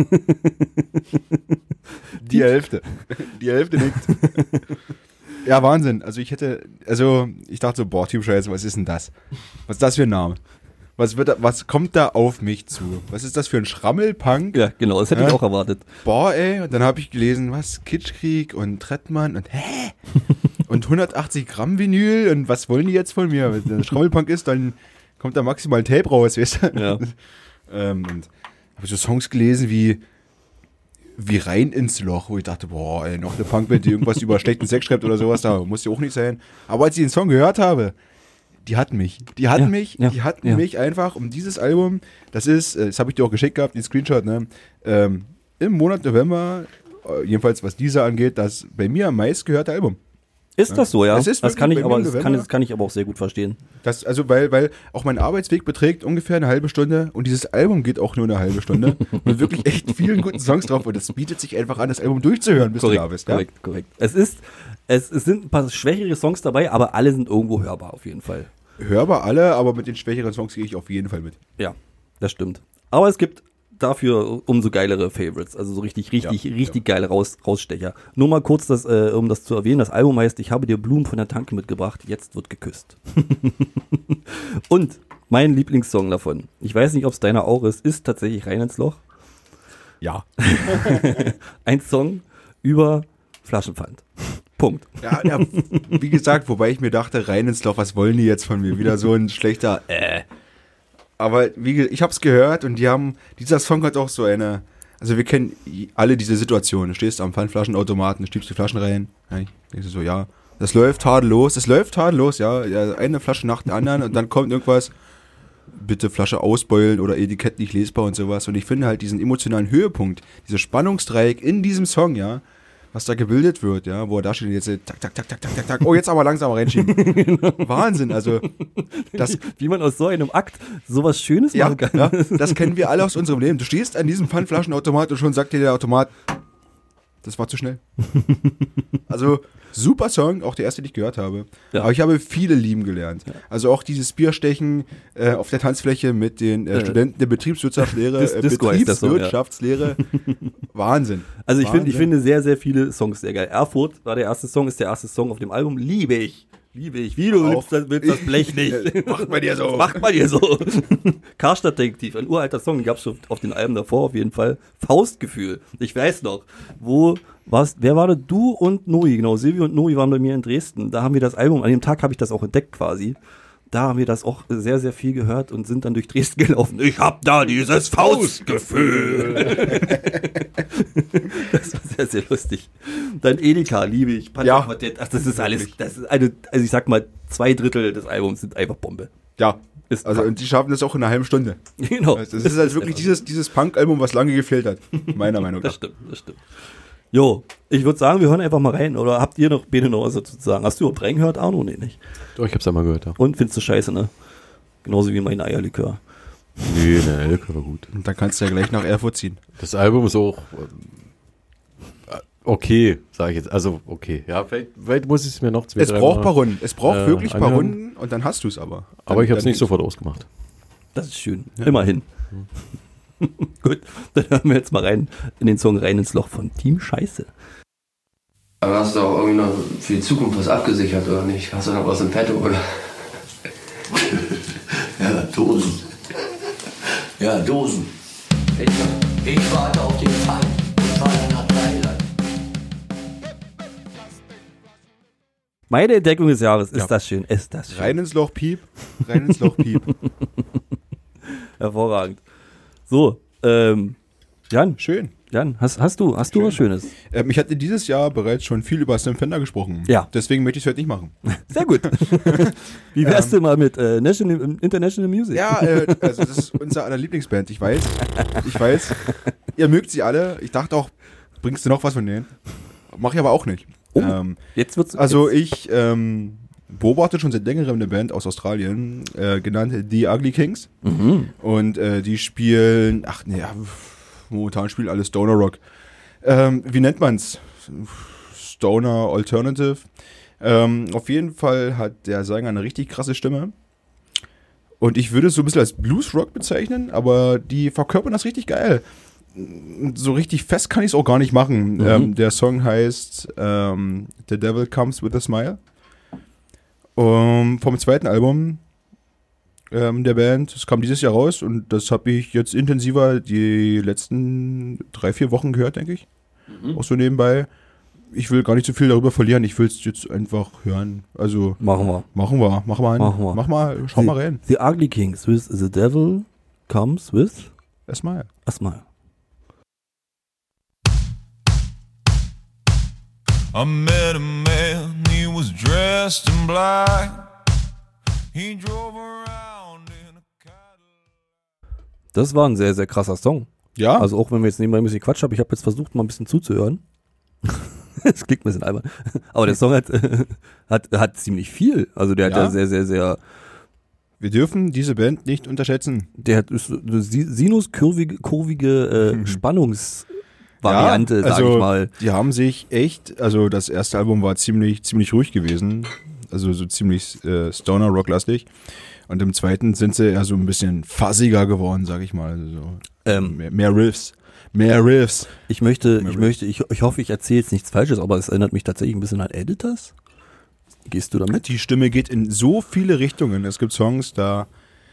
Die Hälfte. Die Hälfte nickt. Ja, Wahnsinn. Also ich hätte, also ich dachte so, boah, Team Scheiße, was ist denn das? Was ist das für ein Name? Was wird da, was kommt da auf mich zu? Was ist das für ein Schrammelpunk? Ja, genau, das hätte Ja. ich auch erwartet. Boah, ey, und dann habe ich gelesen, was, Kitschkrieg und Trettmann und hä? und hundertachtzig Gramm Vinyl und was wollen die jetzt von mir? Wenn der Schrammelpunk ist, dann kommt da maximal ein Tape raus, weißt du? Ja. ähm, und habe so Songs gelesen wie wie Rein ins Loch, wo ich dachte, boah, ey, noch eine Punkband, die irgendwas über schlechten Sex schreibt oder sowas, da muss ja auch nicht sein. Aber als ich den Song gehört habe, die hatten mich. Die hatten Ja, mich, ja, die hatten ja. mich einfach um dieses Album, das ist, äh, das habe ich dir auch geschickt gehabt, den Screenshot, ne? Ähm, im Monat November, äh, jedenfalls was dieser angeht, das bei mir am meistgehörte Album. Ist das so, ja? Es ist das kann ich wirklich bei aber, mir im das kann, November. das kann ich aber auch sehr gut verstehen. Das, also, weil, weil auch mein Arbeitsweg beträgt ungefähr eine halbe Stunde und dieses Album geht auch nur eine halbe Stunde mit wirklich echt vielen guten Songs drauf und es bietet sich einfach an, das Album durchzuhören, bis du da bist. Ja? korrekt, korrekt. Es ist, es, es sind ein paar schwächere Songs dabei, aber alle sind irgendwo hörbar auf jeden Fall. Hörbar alle, aber mit den schwächeren Songs gehe ich auf jeden Fall mit. Ja, das stimmt. Aber es gibt dafür umso geilere Favorites, also so richtig, richtig, Ja, richtig geile Raus, Rausstecher. Nur mal kurz, das, äh, um das zu erwähnen, das Album heißt Ich habe dir Blumen von der Tanke mitgebracht, jetzt wird geküsst. Und mein Lieblingssong davon, ich weiß nicht, ob es deiner auch ist, ist tatsächlich Rein ins Loch. Ja. Ein Song über Flaschenpfand. Punkt. Ja, ja, wie gesagt, wobei ich mir dachte, Rein ins Loch, was wollen die jetzt von mir? Wieder so ein schlechter äh. Aber wie, ge- ich hab's gehört und die haben, dieser Song hat auch so eine, also wir kennen i- alle diese Situation. Du stehst am Pfandflaschenautomaten, du schiebst die Flaschen rein. Ja, ich denke so, ja, das läuft tadellos, das läuft tadellos, ja, ja, eine Flasche nach der anderen und dann kommt irgendwas, bitte Flasche ausbeulen oder Etikett nicht lesbar und sowas. Und ich finde halt diesen emotionalen Höhepunkt, dieser Spannungsdreieck in diesem Song, ja, was da gebildet wird, ja, wo er da steht und jetzt äh, tak, tak, tak, tak, tak, tak, tak, oh, jetzt aber langsam reinschieben. Wahnsinn, also das, Wie man aus so einem Akt sowas Schönes ja, machen kann. ja, das kennen wir alle aus unserem Leben. Du stehst an diesem Pfandflaschenautomat und schon sagt dir der Automat, das war zu schnell. Also super Song, auch der erste, den ich gehört habe. Ja. Aber ich habe viele lieben gelernt. Also auch dieses Bierstechen äh, auf der Tanzfläche mit den äh, Äh, Studenten der Betriebswirtschaftslehre, Dis- äh, Disco heißt das so, ja. Betriebswirtschaftslehre. Wahnsinn. Also ich finde ich Wahnsinn. finde sehr, sehr viele Songs sehr geil. Erfurt war der erste Song, ist der erste Song auf dem Album. Liebe ich. Liebe ich. Wie du Auch. liebst das, willst das Blech nicht. Macht bei dir so. Macht mal dir so. Karstadt-Detektiv, ein uralter Song, den gab es schon auf den Alben davor auf jeden Fall. Faustgefühl. Ich weiß noch, wo war's, wer war da? Du und Noi, genau. Silvi und Noi waren bei mir in Dresden. Da haben wir das Album, an dem Tag habe ich das auch entdeckt quasi. Da haben wir das auch sehr, sehr viel gehört und sind dann durch Dresden gelaufen. Ich hab da dieses Faustgefühl. Das war sehr, sehr lustig. Dann Edeka, liebe ich. Ja. Ach, das ist alles, das ist eine, also ich sag mal, zwei Drittel des Albums sind einfach Bombe. Ja, Ist also Punk. und die schaffen das auch in einer halben Stunde. Genau. Das ist halt wirklich dieses, dieses Punk-Album, was lange gefehlt hat. Meiner Meinung Das nach. stimmt, das stimmt. Jo, ich würde sagen, wir hören einfach mal rein. Oder habt ihr noch, Bene, noch was dazu zu sagen? Hast du überhaupt reingehört, Arno? Nee, nicht. Doch, ich hab's einmal gehört, ja. Und findest du scheiße, ne? Genauso wie mein Eierlikör. Nee, ne, Elke war gut. Und dann kannst du ja gleich nach Erfurt ziehen. Das Album ist auch ähm, okay, sage ich jetzt. Also, okay. Ja, vielleicht, vielleicht muss ich es mir noch zwei, Es drei braucht Mal- ein paar Runden. Es braucht äh, wirklich ein paar anhören. Runden und dann hast du es aber. Aber ich habe es Dann- nicht sofort ausgemacht. Das ist schön. Immerhin. Gut, dann hören wir jetzt mal rein in den Song Rein ins Loch von Team Scheiße. Aber hast du auch irgendwie noch für die Zukunft was abgesichert oder nicht? Hast du noch was im Petto oder? Ja, Dosen. Ja, Dosen. Ich, ich warte auf den Fall und fahre nach Thailand. Meine Entdeckung des Jahres. Ist Ja. das schön? Ist das schön? Rein ins Loch, Piep. Rein ins Loch, Piep. Hervorragend. So, ähm, Jan, Schön. Jan, hast, hast du, hast du was Schönes? Ähm, ich hatte dieses Jahr bereits schon viel über Sam Fender gesprochen. Ja. Deswegen möchte ich es heute nicht machen. Sehr gut. Wie wärst du mal mit äh, National, International Music? Ja, äh, also das ist unser aller Lieblingsband, ich weiß. Ich weiß. Ihr mögt sie alle. Ich dachte auch, bringst du noch was von denen? Mach ich aber auch nicht. Oh, Ähm, jetzt wird's. also jetzt, ich ähm, beobachte schon seit längerem eine Band aus Australien, äh, genannt The Ugly Kings. Mhm. Und äh, die spielen, ach ne, ja, momentan spielen alle Stoner Rock. Ähm, wie nennt man's? Stoner Alternative. Ähm, auf jeden Fall hat der Sänger eine richtig krasse Stimme. Und ich würde es so ein bisschen als Blues Rock bezeichnen, aber die verkörpern das richtig geil. So richtig fest kann ich es auch gar nicht machen. Mhm. Ähm, der Song heißt ähm, The Devil Comes with a Smile. Um, vom zweiten Album ähm, der Band. Das kam dieses Jahr raus und das habe ich jetzt intensiver die letzten drei, vier Wochen gehört, denke ich. Mhm. Auch so nebenbei. ich will gar nicht so viel darüber verlieren. Ich will es jetzt einfach hören. Also Machen wir. machen wir, mach mal, Machen wir. mach mal, schau The- mal rein. The Ugly Kings with The Devil Comes with Erstmal. a Smile. I met a man, he was dressed in black. He drove around in a Cadillac. Das war ein sehr, sehr krasser Song. Ja, Also auch wenn wir jetzt nebenbei ein bisschen Quatsch haben, ich habe jetzt versucht, mal ein bisschen zuzuhören. Es klingt ein bisschen albern. Aber der Song hat, hat, hat ziemlich viel. Also der hat Ja. ja sehr, sehr, sehr, wir dürfen diese Band nicht unterschätzen. der hat ist eine si- sinuskurvige kurvige, äh, Spannungsvariante, sag also, ich mal. Die haben sich echt, also das erste Album war ziemlich, ziemlich ruhig gewesen. Also so ziemlich äh, Stoner-Rock-lastig. Und im zweiten sind sie ja so ein bisschen fuzziger geworden, sag ich mal. Also so Ähm, mehr, mehr Riffs. Mehr Riffs. Ich möchte, Mehr ich Riffs. möchte, ich, ich hoffe, ich erzähle jetzt nichts Falsches, aber es erinnert mich tatsächlich ein bisschen an Editors. Gehst du damit? Die Stimme geht in so viele Richtungen. Es gibt Songs, da,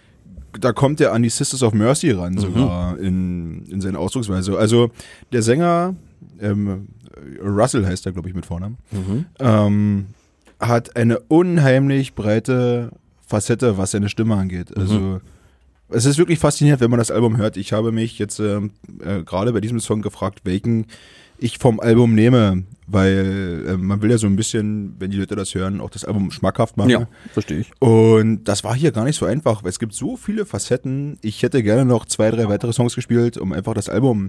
da kommt er an die Sisters of Mercy ran, sogar in, in seiner Ausdrucksweise. Also der Sänger, ähm, Russell heißt er, glaube ich, mit Vornamen, Mhm. ähm, hat eine unheimlich breite Facette, was seine Stimme angeht. Also es ist wirklich faszinierend, wenn man das Album hört. Ich habe mich jetzt ähm, äh, gerade bei diesem Song gefragt, welchen ich vom Album nehme, weil äh, man will ja so ein bisschen, wenn die Leute das hören, auch das Album schmackhaft machen. Ja, verstehe ich. Und das war hier gar nicht so einfach, weil es gibt so viele Facetten. Ich hätte gerne noch zwei, drei weitere Songs gespielt, um einfach das Album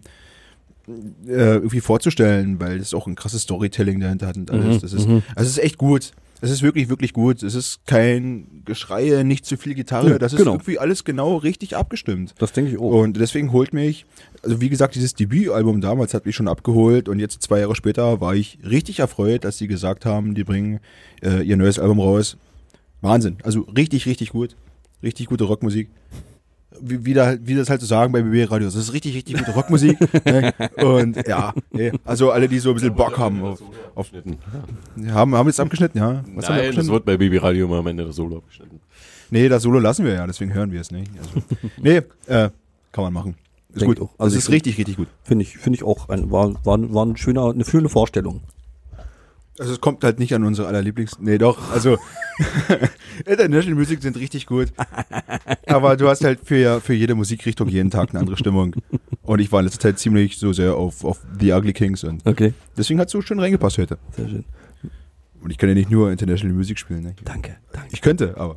äh, irgendwie vorzustellen, weil es auch ein krasses Storytelling dahinter hat und alles. Mhm, Das ist, mhm. also es ist echt gut. Es ist wirklich, wirklich gut. Es ist kein Geschreie, nicht zu viel Gitarre. Ja, das ist genau. irgendwie alles genau richtig abgestimmt. Das denke ich auch. Und deswegen holt mich, also wie gesagt, dieses Debütalbum damals hat mich schon abgeholt und jetzt zwei Jahre später war ich richtig erfreut, dass sie gesagt haben, die bringen äh, ihr neues Album raus. Wahnsinn. Also richtig, richtig gut. Richtig gute Rockmusik. Wie, wie, da, wie das halt zu so sagen bei B B Radio. Das ist richtig, richtig gute Rockmusik. Ne? Und ja, nee, also alle, die so ein bisschen Bock haben auf, auf haben, haben jetzt abgeschnitten, ja? Was haben wir Nein, das abgeschnitten? wird bei Baby Radio immer am Ende das Solo abgeschnitten. Nee, das Solo lassen wir ja, deswegen hören wir es nicht. Also, nee, äh, kann man machen. Ist Denk gut. ich auch. Also Also ich ist find- richtig, richtig gut. Finde ich, finde ich auch, ein, war, war, war ein schöner, eine schöne Vorstellung. Also es kommt halt nicht an unsere aller Lieblings... Nee, doch, also International Music sind richtig gut. Aber du hast halt für, für jede Musikrichtung jeden Tag eine andere Stimmung. Und ich war in letzter Zeit ziemlich so sehr auf, auf The Ugly Kings und Okay, deswegen hat es so schön reingepasst heute. sehr schön. Und ich kann ja nicht nur International Music spielen. Ne? Danke, danke. Ich könnte, aber...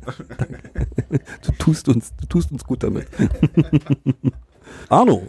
Du tust uns, du tust uns gut damit. Arno.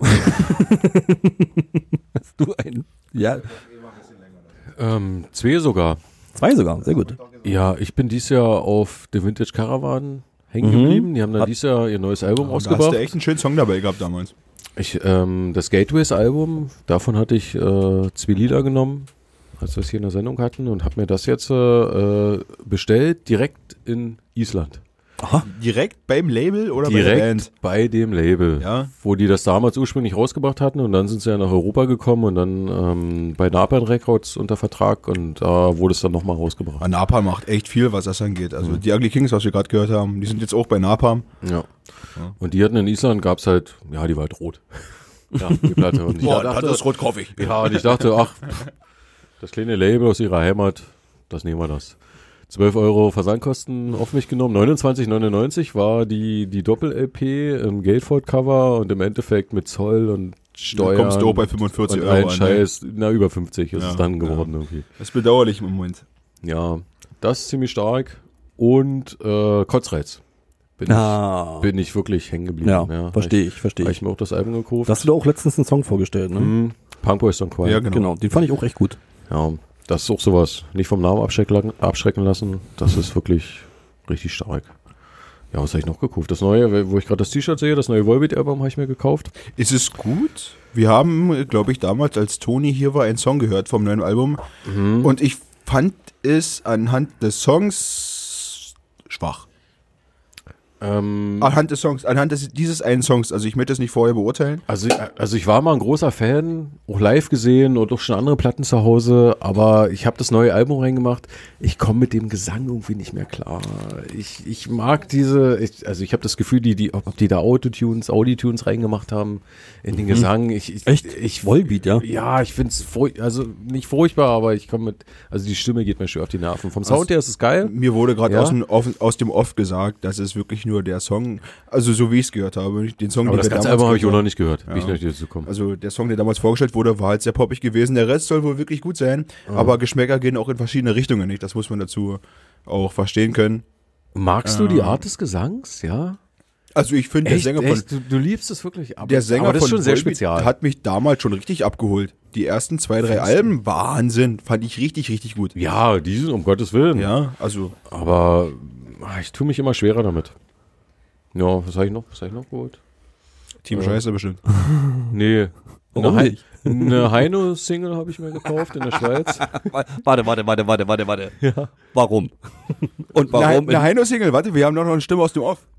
Hast du ein, ja, Ähm, zwei sogar. zwei sogar, sehr gut. Ja, ich bin dieses Jahr auf The Vintage Caravan hängen Mhm. geblieben. Die haben dann Hat- dieses Jahr ihr neues Album Da hast rausgebracht. du echt einen schönen Song dabei gehabt damals. Ich, ähm, das Gateways-Album, davon hatte ich äh, zwei Lieder genommen, als wir es hier in der Sendung hatten, und habe mir das jetzt äh, bestellt, direkt in Island. Direkt beim Label oder bei der Direkt Band? bei dem Label, Ja. wo die das damals ursprünglich rausgebracht hatten, und dann sind sie ja nach Europa gekommen und dann ähm, bei Napalm Records unter Vertrag, und da wurde es dann nochmal rausgebracht. Ah, Napalm macht echt viel, was das angeht. Also die Ugly Kings, was wir gerade gehört haben, die sind jetzt auch bei Napalm. Ja. Und die hatten in Island, gab's halt, ja, die war halt rot. Ja, die Platte. Und ich dachte, rot kaufe ich. ja, und ich dachte, ach, das kleine Label aus ihrer Heimat, das nehmen wir das. zwölf Euro Versandkosten auf mich genommen. neunundzwanzig neunundneunzig war die, die Doppel-L P im Gatefold-Cover und im Endeffekt mit Zoll und Steuern. Da kommst du auch bei fünfundvierzig und Euro ein an, ne? Scheiß, na, über fünfzig ist Ja, es dann ja. geworden irgendwie. Das ist bedauerlich im Moment. Ja, das ist ziemlich stark. Und äh, Kotzreiz. Bin, Ah. ich, bin ich wirklich hängen geblieben. Ja, verstehe ich, verstehe Habe ich. ich mir auch das Album gekauft. Da hast du da auch letztens einen Song vorgestellt, ne? Mhm. Punk Boys Don't Cry. Ja, genau. Genau, den fand ich auch echt gut. Ja, das ist auch sowas. Nicht vom Namen abschrecken, abschrecken lassen. Das ist wirklich richtig stark. Ja, was habe ich noch gekauft? Das neue, wo ich gerade das T-Shirt sehe, das neue Volbeat-Album habe ich mir gekauft. Ist es gut? Wir haben, glaube ich, damals, als Toni hier war, einen Song gehört vom neuen Album. Mhm. Und ich fand es anhand des Songs schwach. Ähm, Anhand des Songs, anhand des, dieses einen Songs. Also ich möchte es nicht vorher beurteilen. Also, also ich war mal ein großer Fan, auch live gesehen und auch schon andere Platten zu Hause, aber ich habe das neue Album reingemacht. Ich komme mit dem Gesang irgendwie nicht mehr klar. Ich, ich mag diese, ich, also ich habe das Gefühl, die, die, ob die da Autotunes, Auditunes reingemacht haben in den Gesang. Ich, ich, Echt? Ich, Volbeat, ja? Ja, ich finde es, also nicht furchtbar, aber ich komme mit, also die Stimme geht mir schön auf die Nerven. Vom Sound Also, her ist es geil. Mir wurde gerade Ja. aus, dem Off- aus dem Off gesagt, dass es wirklich nur der Song, also so wie ich es gehört habe, den Song, Aber den das wir ganze damals Album habe ich auch gehört noch haben. nicht gehört, Ja. wie ich nicht dazu komme. Also der Song, der damals vorgestellt wurde, war halt sehr poppig gewesen. Der Rest soll wohl wirklich gut sein, aber Geschmäcker gehen auch in verschiedene Richtungen, nicht? Das muss man dazu auch verstehen können. Magst du die Art des Gesangs, ja? Also ich finde, der Echt, Sänger von echt? Du, du liebst es wirklich, aber, der Sänger aber das ist von schon sehr Volbeat spezial. hat mich damals schon richtig abgeholt. Die ersten zwei, drei Alben, Wahnsinn, fand ich richtig, richtig gut. Ja, die sind um Gottes Willen. Ja, also Aber ah, ich tue mich immer schwerer damit. Ja, was habe ich noch? Was habe ich noch geholt? Team Ja. Scheiße bestimmt. Nee. Warum eine, nicht? Hei- eine Heino-Single habe ich mir gekauft in der Schweiz. Warte, warte, warte, warte, warte, warte. Ja. Warum? Und warum? Eine, eine Heino-Single, warte, wir haben noch eine Stimme aus dem Off.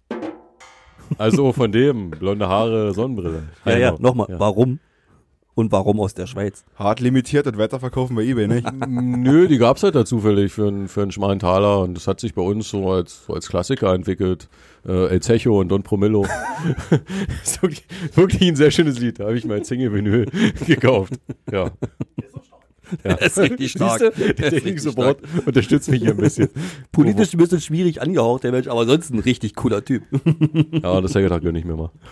Also von dem, blonde Haare, Sonnenbrille. ja, ja, Heino. nochmal. Ja. Warum? Und warum aus der Schweiz? Hart limitiert und weiterverkaufen bei eBay, nicht? Nö, die gab's halt da zufällig für, einen- für einen schmalen Taler und das hat sich bei uns so als, so als Klassiker entwickelt. Äh, El Zecho und Don Promillo. ist wirklich, wirklich ein sehr schönes Lied. Da habe ich mal als Single-Vinyl gekauft. Ja. Ja. Das ist richtig stark. Siehste, der Das ist richtig Technik-Support unterstützt mich hier ein bisschen. Politisch ein bisschen schwierig angehaucht, der Mensch, aber sonst ein richtig cooler Typ. Ja, das Tag gönn ich mir mal.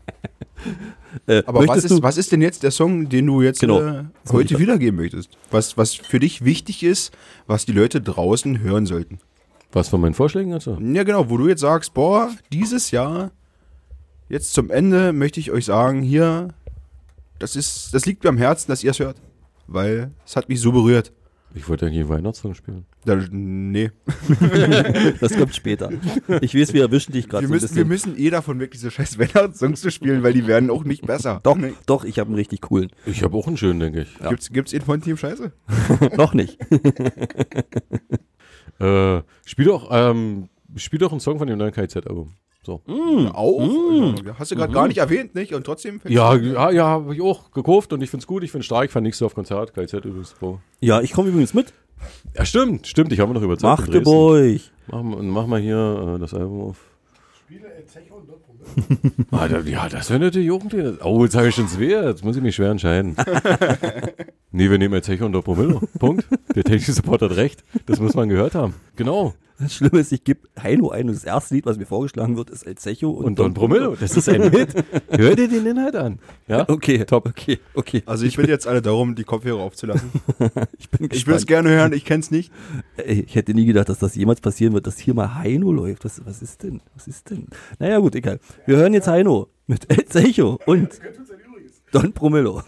Äh, Aber was möchtest ist, du- was ist denn jetzt der Song, den du jetzt Genau. äh, Das wollte heute ich- wiedergeben möchtest? Was, was für dich wichtig ist, was die Leute draußen hören sollten? Was von meinen Vorschlägen jetzt? Ja, genau, wo du jetzt sagst, boah, dieses Jahr, jetzt zum Ende möchte ich euch sagen, hier, das ist, das liegt mir am Herzen, dass ihr es hört. Weil es hat mich so berührt. Ich wollte eigentlich einen Weihnachtssong spielen. Da, nee. Das kommt später. Ich weiß, wir erwischen dich gerade Wir so ein müssen, bisschen. wir müssen eh davon weg, diese scheiß Weihnachtssongs zu spielen, weil die werden auch nicht besser. Doch, Nee. doch, ich habe einen richtig coolen. Ich habe auch einen schönen, denke ich. Gibt's, gibt's ihn von Team Scheiße? Noch nicht. Äh, spiel doch, ähm, spiel doch einen Song von dem neuen K Z-Album. So. Auch? Hast du gerade gar nicht erwähnt, nicht? Und trotzdem. Ja, ja, ja, habe ich auch gekauft und ich find's gut. Ich find's stark. Ich fand nichts so auf Konzert. K Z übrigens. Oh. Ja, ich komme übrigens mit. Ja, stimmt, stimmt. Ich habe mir noch überzeugt. in Dresden. Magdeburg. Mach, mal- mach mal hier äh, das Album auf. Spiele El Zecho und Don Promillo. Ah, da, ja, das wäre natürlich auch ein Thema. Oh, jetzt habe ich schon schwer. Jetzt muss ich mich schwer entscheiden. Nee, wir nehmen El Zecho und Don Promillo. Punkt. Der technische Support hat recht. Das muss man gehört haben. Genau. Das Schlimme ist, ich gebe Heino ein und das erste Lied, was mir vorgeschlagen wird, ist El Zecho und, Und Don Promillo. Das ist ein Hit. Hör dir den Inhalt an. Ja? Okay, top. Okay, okay. Also ich bitte jetzt alle darum, die Kopfhörer aufzulassen. Ich bin Ich will es gespannt. gerne hören, ich kenn's nicht. Ey, Ich hätte nie gedacht, dass das jemals passieren wird, dass hier mal Heino läuft. Was, was ist denn? Was ist denn? Naja, gut, egal. Wir hören jetzt Heino mit El Zecho und Wer tut sein Übriges? Don Promillo.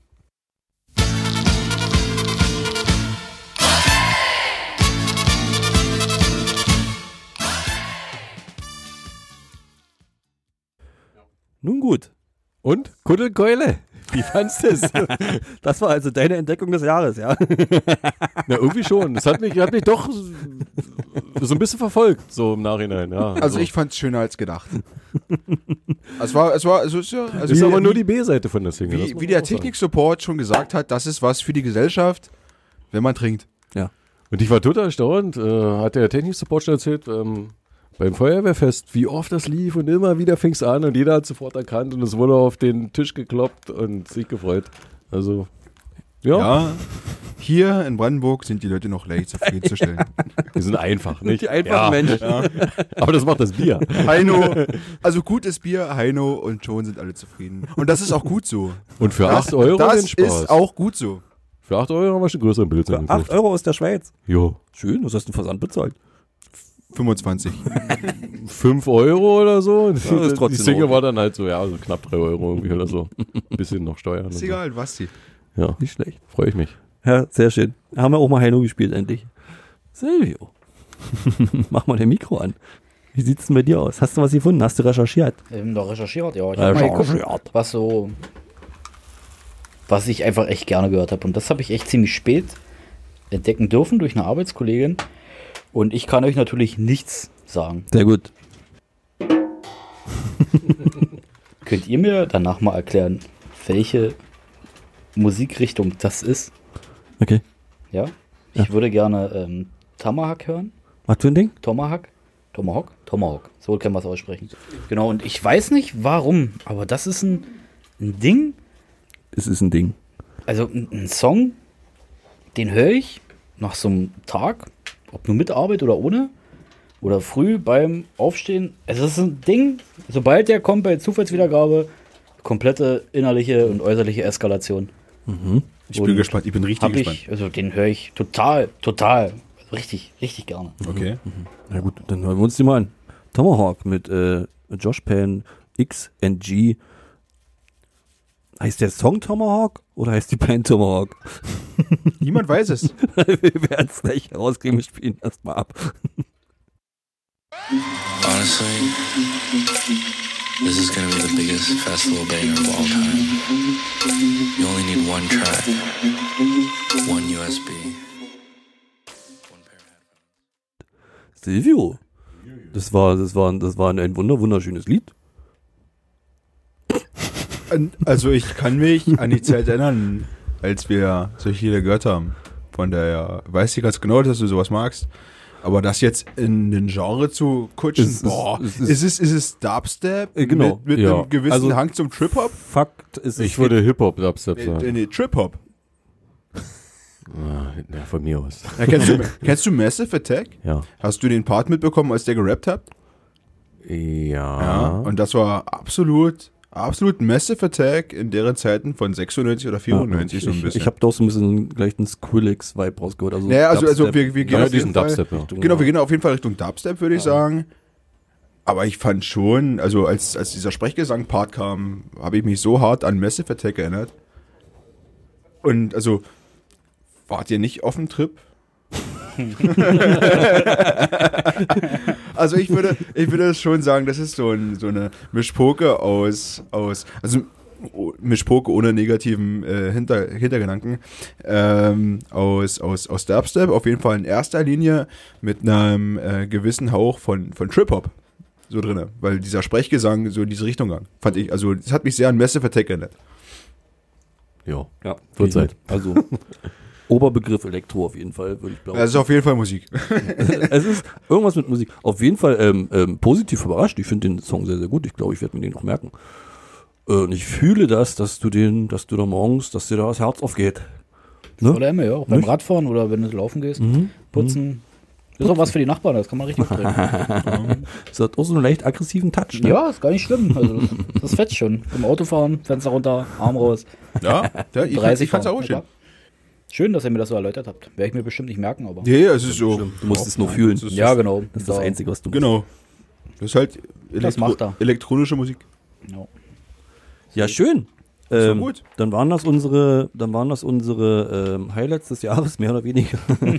Nun gut. Und? Kuddelkeule. Wie fandst du es? Das war also deine Entdeckung des Jahres, ja? Ja, irgendwie schon. Das hat mich, hat mich doch so ein bisschen verfolgt, so im Nachhinein. Ja, Also so. ich fand's schöner als gedacht. es war, es war, also es ist ja, also ist wie, aber nur wie, die B-Seite von der Single. das wie, muss wie man der auch sagen. Technik-Support schon gesagt hat, das ist was für die Gesellschaft, wenn man trinkt. Und ich war total erstaunt, äh, hat der Technik-Support schon erzählt, ähm, beim Feuerwehrfest, wie oft das lief und immer wieder fing es an und jeder hat sofort erkannt und es wurde auf den Tisch gekloppt und sich gefreut. Also, ja, Ja, hier in Brandenburg sind die Leute noch leicht zufriedenzustellen. die sind einfach, nicht? Die einfachen Menschen. ja. Aber das macht das Bier. Heino, also gutes Bier, Heino und schon sind alle zufrieden. Und das ist auch gut so. Und für Das, acht Euro das den Spaß. ist auch gut so. Für acht Euro haben wir schon größeren Blödsinn acht gekauft. Euro aus der Schweiz. Jo. Schön, was hast du den Versand bezahlt? fünfundzwanzig. fünf Euro oder so. ist die trotzdem Single okay. war dann halt so, ja, so knapp drei Euro irgendwie oder so. Ein bisschen noch Steuern. und Ist so. egal, Basti. Ja, Nicht schlecht. freue ich mich. Ja, sehr schön. Haben wir auch mal Heino gespielt, endlich. Silvio, mach mal dein Mikro an. Wie sieht's denn bei dir aus? Hast du was gefunden? Hast du recherchiert? Ähm, da recherchiert, ja. Ich hab mal geguckt, was so, was ich einfach echt gerne gehört habe. Und das habe ich echt ziemlich spät entdecken dürfen durch eine Arbeitskollegin. Und ich kann euch natürlich nichts sagen. Sehr gut. Könnt ihr mir danach mal erklären, welche Musikrichtung das ist? Okay. Ja? Ich Ja. würde gerne ähm, Tomahawk hören. Was für ein Ding? Tomahawk? Tomahawk? Tomahawk. So kann man es aussprechen. Genau, und ich weiß nicht warum, aber das ist ein, ein Ding, Es ist ein Ding. also ein, ein Song, den höre ich nach so einem Tag, ob nur mit Arbeit oder ohne, oder früh beim Aufstehen. Es ist ein Ding, sobald der kommt bei Zufallswiedergabe, komplette innerliche und äußerliche Eskalation. Mhm. Ich bin Und gespannt, ich bin richtig Hab gespannt. ich, also den höre ich total, total, also richtig, richtig gerne. Okay. Na gut, dann hören wir uns die mal an. Tomahawk mit äh, Josh Penn, X and G. Heißt der Song Tomahawk oder heißt die Band Tomahawk? Niemand weiß es. Wir werden es gleich herauskriegen, wir spielen das mal ab. Honestly, this is gonna be the biggest festival banger of all time. You only need one track, one U S B. Silvio, das war, das war, das war ein wunder, wunderschönes Lied. Also ich kann mich an die Zeit erinnern, als wir solche Lieder gehört haben. Von daher weiß ich ganz genau, dass du sowas magst. Aber das jetzt in den Genre zu kutschen, Es ist- boah, es ist, ist- es, ist es Dubstep Äh, genau. mit, mit Ja. einem gewissen Also- Hang zum Trip-Hop? Fakt ist, Ich würde Hip-Hop-Dubstep Nee, sagen. nee, Trip-Hop. Ah, na, von mir aus. Ja, kennst, du, kennst du Massive Attack? Ja. Hast du den Part mitbekommen, als der gerappt hat? Ja. Ja. Und das war absolut, absolut Massive Attack in deren Zeiten von sechsundneunzig oder vierundneunzig so ein ich, bisschen. ich habe doch so ein bisschen gleich einen Skrillex-Vibe rausgehört. Also Naja, also, also Dubstep. wir, wir gehen Ja, auf diesen jeden Fall, Dubstep, ja. Genau, wir gehen auf jeden Fall Richtung Dubstep, würde ich sagen. Aber ich fand schon, also als, als dieser Sprechgesang-Part kam, habe ich mich so hart an Massive Attack erinnert. Und also, wart ihr nicht auf dem Trip? Also ich würde, ich würde schon sagen, das ist so, ein, so eine Mischpoke aus, aus also oh, Mischpoke ohne negativen äh, Hinter, Hintergedanken, ähm, aus, aus, aus Dubstep, auf jeden Fall in erster Linie mit einem äh, gewissen Hauch von, von Trip-Hop so drinne, weil dieser Sprechgesang so in diese Richtung ging, fand ich, also das hat mich sehr an Massive Attack erinnert. Ja. Ja, Wird Zeit. Also Oberbegriff Elektro auf jeden Fall, würde ich glauben. Das ist auf jeden Fall Musik. Es ist irgendwas mit Musik. Auf jeden Fall ähm, ähm, positiv überrascht. Ich finde den Song sehr, sehr gut. Ich glaube, ich werde mir den noch merken. Äh, und ich fühle das, dass du den, dass du da morgens, dass dir da das Herz aufgeht. Ne? Oder immer, ja. Auch beim Nicht? Radfahren oder wenn du laufen gehst. Mhm. Putzen. Das ist auch was für die Nachbarn, das kann man richtig bringen. Das hat auch so einen leicht aggressiven Touch. Ne? Ja, ist gar nicht schlimm. Also das, das fetzt schon. Im Autofahren, Fenster runter, Arm raus. Ja, ja ich, dreißig ich fand's fahren. auch Ja, schön. klar. Schön, dass ihr mir das so erläutert habt. Werde ich mir bestimmt nicht merken, aber. Nee, es ist so. Du musst es nur fühlen. Das ist- Ja, genau. Das ist das Da- Einzige, was du Genau. Das ist halt Das Elektro macht er. elektronische Musik. Ja. Ja, schön. Ist doch Ähm, gut. Dann waren das unsere, dann waren das unsere ähm, Highlights des Jahres, mehr oder weniger.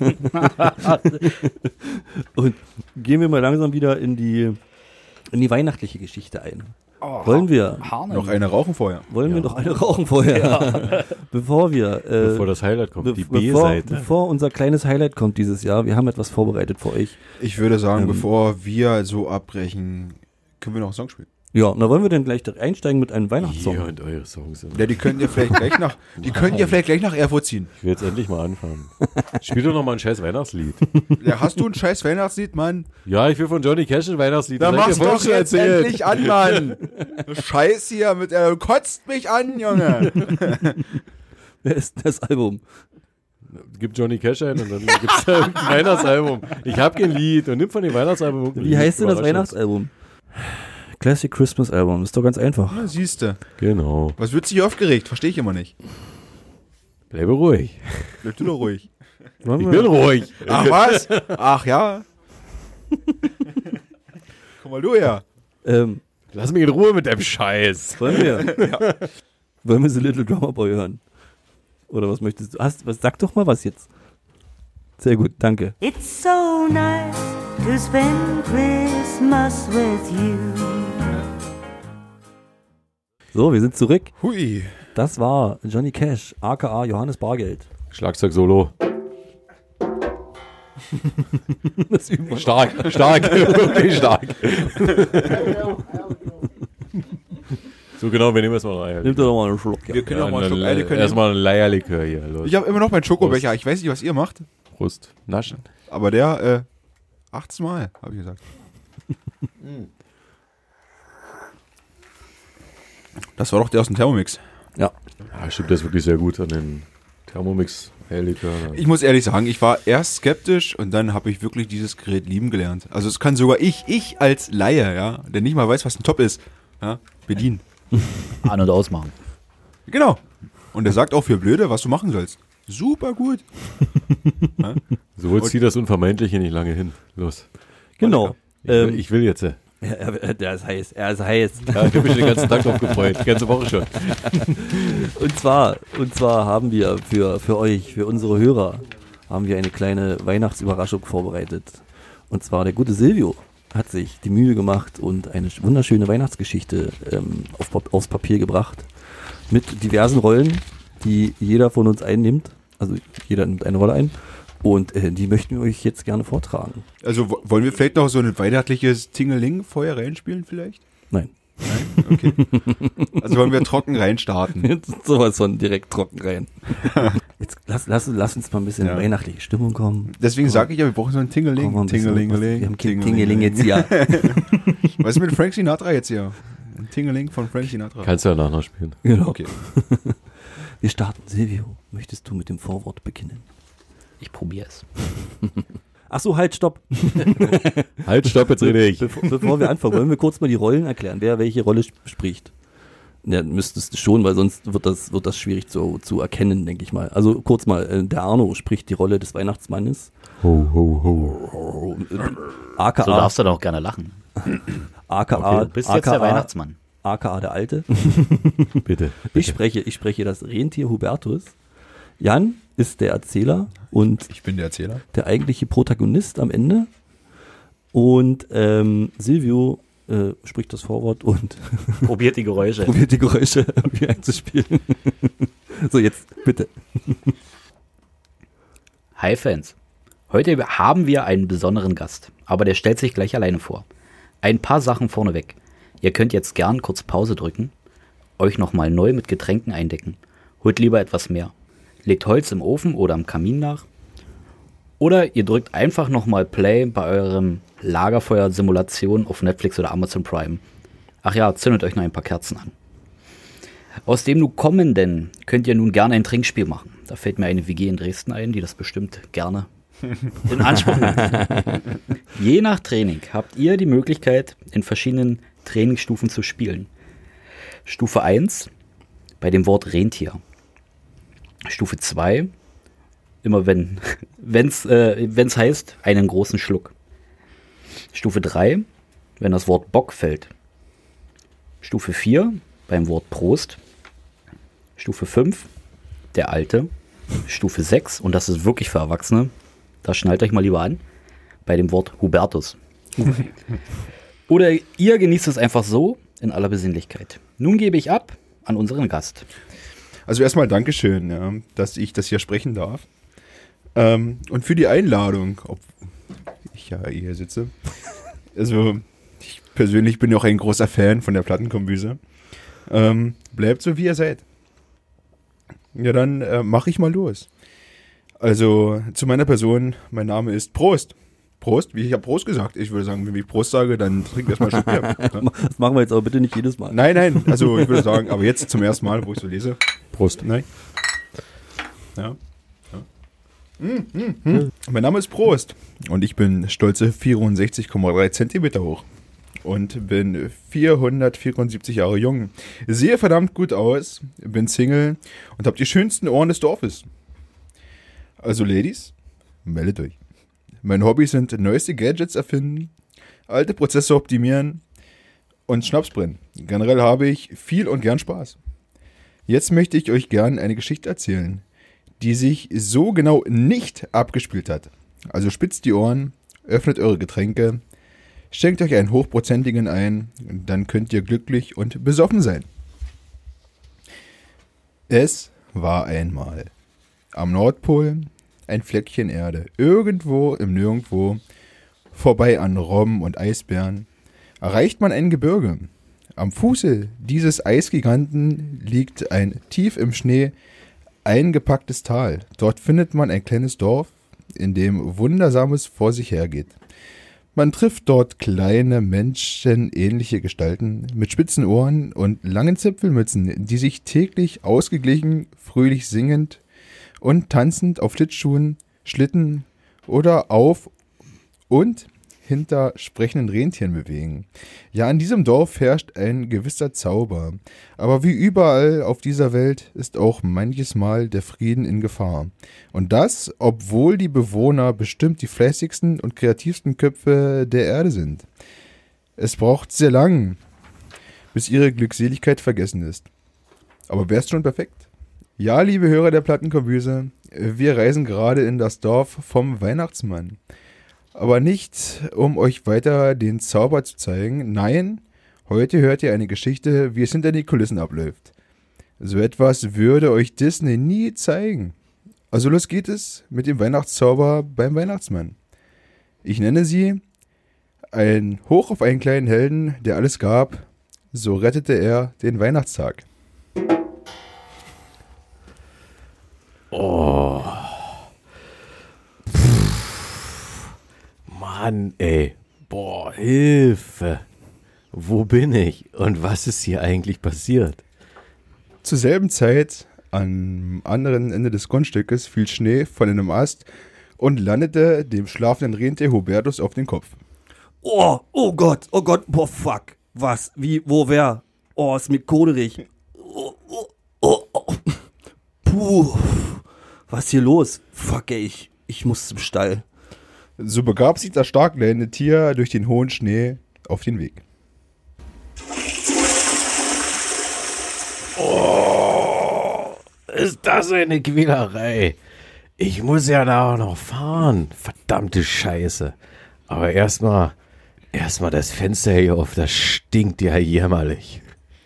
Und gehen wir mal langsam wieder in die, in die weihnachtliche Geschichte ein. Oh, Wollen wir? Harne. Noch eine rauchen vorher. Wollen wir noch eine rauchen vorher? Bevor wir, äh, Bevor das Highlight kommt, be- die bevor, B-Seite. bevor unser kleines Highlight kommt dieses Jahr, wir haben etwas vorbereitet für euch. Ich würde sagen, Ähm, bevor wir so abbrechen, können wir noch einen Song spielen. Ja, und da wollen wir dann gleich direkt einsteigen mit einem Weihnachtssong. Ihr und eure Songs. Ja, die könnt ihr vielleicht gleich nach, die könnt ihr vielleicht gleich nach Erfurt ziehen. Ich will jetzt endlich mal anfangen. Spiel doch noch mal ein scheiß Weihnachtslied. Ja, hast du ein scheiß Weihnachtslied, Mann? Ja, ich will von Johnny Cash ein Weihnachtslied. Dann Das hab ich mach's dir vorhin doch schon jetzt erzählt. endlich an, Mann. Scheiß hier mit der, du kotzt mich an, Junge. Wer ist denn das Album? Gib Johnny Cash ein und dann gibt's da ein Weihnachtsalbum. Ich hab kein Lied und nimm von dem Weihnachtsalbum irgendein Wie Lied. heißt denn das Überrasch uns. Weihnachtsalbum? Classic Christmas Album, ist doch ganz einfach. Na, siehste. Genau. Was wird sich aufgeregt? Verstehe ich immer nicht. Bleibe ruhig. Bleib du doch ruhig. Wollen Ich wir- bin ruhig. Ach was? Ach ja. Komm mal du her. Ähm, Lass mich in Ruhe mit deinem Scheiß. wollen wir? Wollen wir The Little Drummer Boy hören? Oder was möchtest du? Hast, was, sag doch mal was jetzt. Sehr gut, danke. It's so nice to spend Christmas with you. So, wir sind zurück. Hui. Das war Johnny Cash, aka Johannes Bargeld. Schlagzeug-Solo. Das üben wir. Stark, stark, wirklich stark. So genau, wir nehmen erstmal einen Eierlikör. Nimm doch mal einen Schluck. Ja. Wir können ja, auch mal einen Schluck Eierlikör nehmen. Erstmal einen Eierlikör hier. Los. Ich habe immer noch meinen Schokobecher. Ich weiß nicht, was ihr macht. Prost. Naschen. Aber der, äh, achtzehn Mal, habe ich gesagt. Das war doch der aus dem Thermomix. Ja. Ja, stimmt, das ist wirklich sehr gut an den Thermomix Eierlikör. Ich muss ehrlich sagen, ich war erst skeptisch und dann habe ich wirklich dieses Gerät lieben gelernt. Also es kann sogar ich, ich als Laie, ja, der nicht mal weiß, was ein Top ist, ja, bedienen. An- und ausmachen. Genau. Und der sagt auch für Blöde, was du machen sollst. Super gut. Ja? So zieht das Unvermeidliche nicht lange hin. Los. Genau. Ich will, Ähm, ich will jetzt. Ja, er, der ist heiß, er ist heiß. Ja, ich habe mich den ganzen Tag drauf gefreut, die ganze Woche schon. Und zwar, und zwar haben wir für, für euch, für unsere Hörer, haben wir eine kleine Weihnachtsüberraschung vorbereitet. Und zwar der gute Silvio hat sich die Mühe gemacht und eine wunderschöne Weihnachtsgeschichte ähm, auf, aufs Papier gebracht. Mit diversen Rollen, die jeder von uns einnimmt. Also jeder nimmt eine Rolle ein. Und äh, die möchten wir euch jetzt gerne vortragen. Also w- wollen wir vielleicht noch so ein weihnachtliches Tingeling vorher reinspielen vielleicht? Nein. Nein? Okay. Also wollen wir trocken reinstarten? Jetzt sowas von direkt trocken rein. Jetzt lass, lass, lass uns mal ein bisschen Ja. in weihnachtliche Stimmung kommen. Deswegen sage ich ja, wir brauchen so ein Tingeling. Komm mal ein bisschen- Tingelingeling. Wir haben King- Tingeling jetzt hier. Was ist mit Frank Sinatra jetzt hier? Ein Tingeling von Frank Sinatra. Kannst du ja nachher spielen. Genau. Okay. Wir starten. Silvio, möchtest du mit dem Vorwort beginnen? Ich probiere es. Ach so, halt, stopp. Halt, stopp, jetzt rede ich. Bevor, bevor wir anfangen, wollen wir kurz mal die Rollen erklären, wer welche Rolle sp- spricht. Ja, müsstest du schon, weil sonst wird das, wird das schwierig zu, zu erkennen, denke ich mal. Also kurz mal, äh, der Arno spricht die Rolle des Weihnachtsmannes. Ho, ho, ho. A K A. So darfst du doch gerne lachen. A K A. Du bist jetzt der Weihnachtsmann. A K A der Alte. Bitte. Ich spreche, ich spreche das Rentier Hubertus. Jan ist der Erzähler und Ich bin der Erzähler. der eigentliche Protagonist am Ende. Und ähm, Silvio äh, spricht das Vorwort und Probiert die Geräusche. probiert die Geräusche irgendwie einzuspielen. So, jetzt bitte. Hi Fans. Heute haben wir einen besonderen Gast, aber der stellt sich gleich alleine vor. Ein paar Sachen vorneweg. Ihr könnt jetzt gern kurz Pause drücken, euch nochmal neu mit Getränken eindecken. Holt lieber etwas mehr. Legt Holz im Ofen oder am Kamin nach. Oder ihr drückt einfach nochmal Play bei eurem Lagerfeuer-Simulation auf Netflix oder Amazon Prime. Ach ja, zündet euch noch ein paar Kerzen an. Aus dem nun kommenden könnt ihr nun gerne ein Trinkspiel machen. Da fällt mir eine W G in Dresden ein, die das bestimmt gerne in Anspruch nimmt. Je nach Training habt ihr die Möglichkeit, in verschiedenen Trainingsstufen zu spielen. Stufe eins, bei dem Wort Rentier. Stufe zwei, immer wenn es äh, wenn's heißt, einen großen Schluck. Stufe drei, wenn das Wort Bock fällt. Stufe vier, beim Wort Prost. Stufe fünf, der Alte. Stufe sechs, und das ist wirklich für Erwachsene, da schnallt euch mal lieber an, bei dem Wort Hubertus. Oder ihr genießt es einfach so in aller Besinnlichkeit. Nun gebe ich ab an unseren Gast. Also erstmal Dankeschön, ja, dass ich das hier sprechen darf. Ähm, und für die Einladung, ob ich ja hier sitze. Also ich persönlich bin ja auch ein großer Fan von der Plattenkombüse. Ähm, bleibt so, wie ihr seid. Ja, dann äh, mache ich mal los. Also zu meiner Person, mein Name ist Prost. Prost, wie ich habe Prost gesagt. Ich würde sagen, wenn ich Prost sage, dann trink erstmal schon Bier. Ne? Das machen wir jetzt aber bitte nicht jedes Mal. Nein, nein, also ich würde sagen, aber jetzt zum ersten Mal, wo ich so lese. Prost. Nein. Ja. ja. Mm, mm, mm. Mein Name ist Prost und ich bin stolze vierundsechzig Komma drei Zentimeter hoch und bin vierhundertvierundsiebzig Jahre jung. Sehe verdammt gut aus, bin Single und habe die schönsten Ohren des Dorfes. Also Ladies, meldet euch. Mein Hobby sind neueste Gadgets erfinden, alte Prozesse optimieren und Schnaps brennen. Generell habe ich viel und gern Spaß. Jetzt möchte ich euch gern eine Geschichte erzählen, die sich so genau nicht abgespielt hat. Also spitzt die Ohren, öffnet eure Getränke, schenkt euch einen hochprozentigen ein, dann könnt ihr glücklich und besoffen sein. Es war einmal am Nordpol ein Fleckchen Erde, irgendwo im Nirgendwo, vorbei an Robben und Eisbären, erreicht man ein Gebirge. Am Fuße dieses Eisgiganten liegt ein tief im Schnee eingepacktes Tal. Dort findet man ein kleines Dorf, in dem Wundersames vor sich hergeht. Man trifft dort kleine, menschenähnliche Gestalten mit spitzen Ohren und langen Zipfelmützen, die sich täglich ausgeglichen, fröhlich singend und tanzend auf Schlittschuhen, Schlitten oder auf und hinter sprechenden Rentieren bewegen. Ja, in diesem Dorf herrscht ein gewisser Zauber. Aber wie überall auf dieser Welt ist auch manches Mal der Frieden in Gefahr. Und das, obwohl die Bewohner bestimmt die fleißigsten und kreativsten Köpfe der Erde sind. Es braucht sehr lang, bis ihre Glückseligkeit vergessen ist. Aber wär's schon perfekt? Ja, liebe Hörer der Plattenkombüse, wir reisen gerade in das Dorf vom Weihnachtsmann. Aber nicht, um euch weiter den Zauber zu zeigen. Nein, heute hört ihr eine Geschichte, wie es hinter den Kulissen abläuft. So etwas würde euch Disney nie zeigen. Also los geht es mit dem Weihnachtszauber beim Weihnachtsmann. Ich nenne sie ein Hoch auf einen kleinen Helden, der alles gab. So rettete er den Weihnachtstag. Oh. Mann, ey. Boah, Hilfe. Wo bin ich? Und was ist hier eigentlich passiert? Zur selben Zeit, am anderen Ende des Grundstückes, fiel Schnee von einem Ast und landete dem schlafenden Rentier Hubertus auf den Kopf. Oh, oh Gott, oh Gott, boah, fuck. Was, wie, wo, wer? Oh, ist mir koderig. Oh, oh, oh, oh. Puh. Was ist hier los? Fuck, ey, ich, ich muss zum Stall. So begab sich das stark leidende Tier durch den hohen Schnee auf den Weg. Oh, ist das eine Quälerei. Ich muss ja da auch noch fahren. Verdammte Scheiße. Aber erstmal, erstmal das Fenster hier auf, das stinkt ja jämmerlich.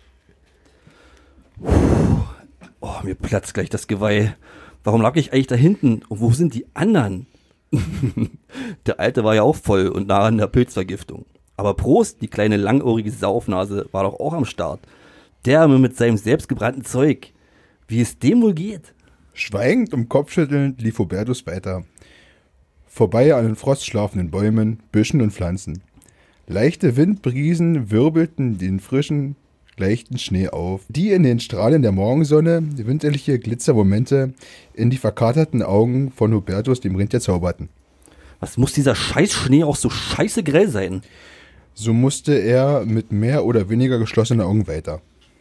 Oh, mir platzt gleich das Geweih. Warum lag ich eigentlich da hinten? Und wo sind die anderen? Der Alte war ja auch voll und nah an der Pilzvergiftung. Aber Prost, die kleine langohrige Saufnase, war doch auch am Start. Der mit seinem selbstgebrannten Zeug. Wie es dem wohl geht? Schweigend und kopfschüttelnd lief Hubertus weiter. Vorbei an den frostschlafenden Bäumen, Büschen und Pflanzen. Leichte Windbrisen wirbelten den frischen, leichten Schnee auf, die in den Strahlen der Morgensonne winterliche Glitzermomente in die verkaterten Augen von Hubertus dem Rentier zauberten. Was muss dieser Scheißschnee auch so scheiße grell sein? So musste er mit mehr oder weniger geschlossenen Augen weiter.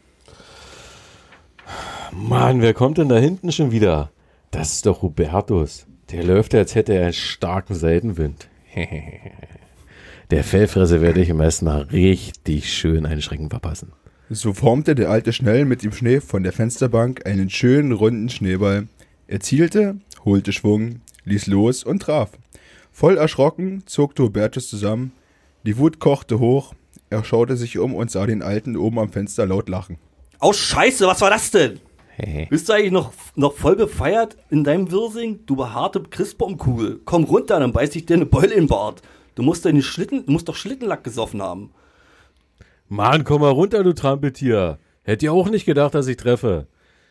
Mann, wer kommt denn da hinten schon wieder? Das ist doch Hubertus. Der läuft ja, als hätte er einen starken Seitenwind. Der Fellfresse werde ich im ersten Mal richtig schön einen Schrecken verpassen. So formte der Alte schnell mit dem Schnee von der Fensterbank einen schönen runden Schneeball. Er zielte, holte Schwung, ließ los und traf. Voll erschrocken zuckte Hubertus zusammen. Die Wut kochte hoch. Er schaute sich um und sah den Alten oben am Fenster laut lachen. Oh Scheiße, was war das denn? Bist du eigentlich noch, noch voll befeiert in deinem Wirsing? Du behaarte Christbaumkugel. Komm runter, dann beiß ich dir eine Beule in den Bart. Du musst, deine Schlitten, du musst doch Schlittenlack gesoffen haben. Mann, komm mal runter, du Trampeltier. Hätte ihr auch nicht gedacht, dass ich treffe.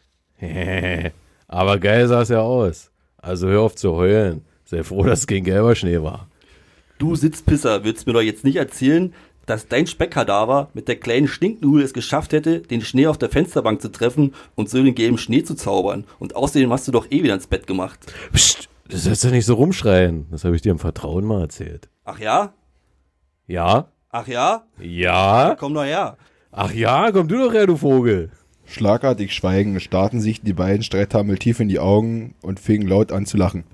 Aber geil sah es ja aus. Also hör auf zu heulen. Sei froh, dass es kein gelber Schnee war. Du Sitzpisser, willst mir doch jetzt nicht erzählen, dass dein Speckkadaver mit der kleinen Stinknudel es geschafft hätte, den Schnee auf der Fensterbank zu treffen und so den gelben Schnee zu zaubern. Und außerdem hast du doch eh wieder ins Bett gemacht. Psst, das sollst du nicht so rumschreien. Das habe ich dir im Vertrauen mal erzählt. Ach ja? Ja? Ach ja? Ja? Komm doch her. Ach ja, komm du doch her, du Vogel. Schlagartig schweigen, starrten sich die beiden Streithammel tief in die Augen und fingen laut an zu lachen.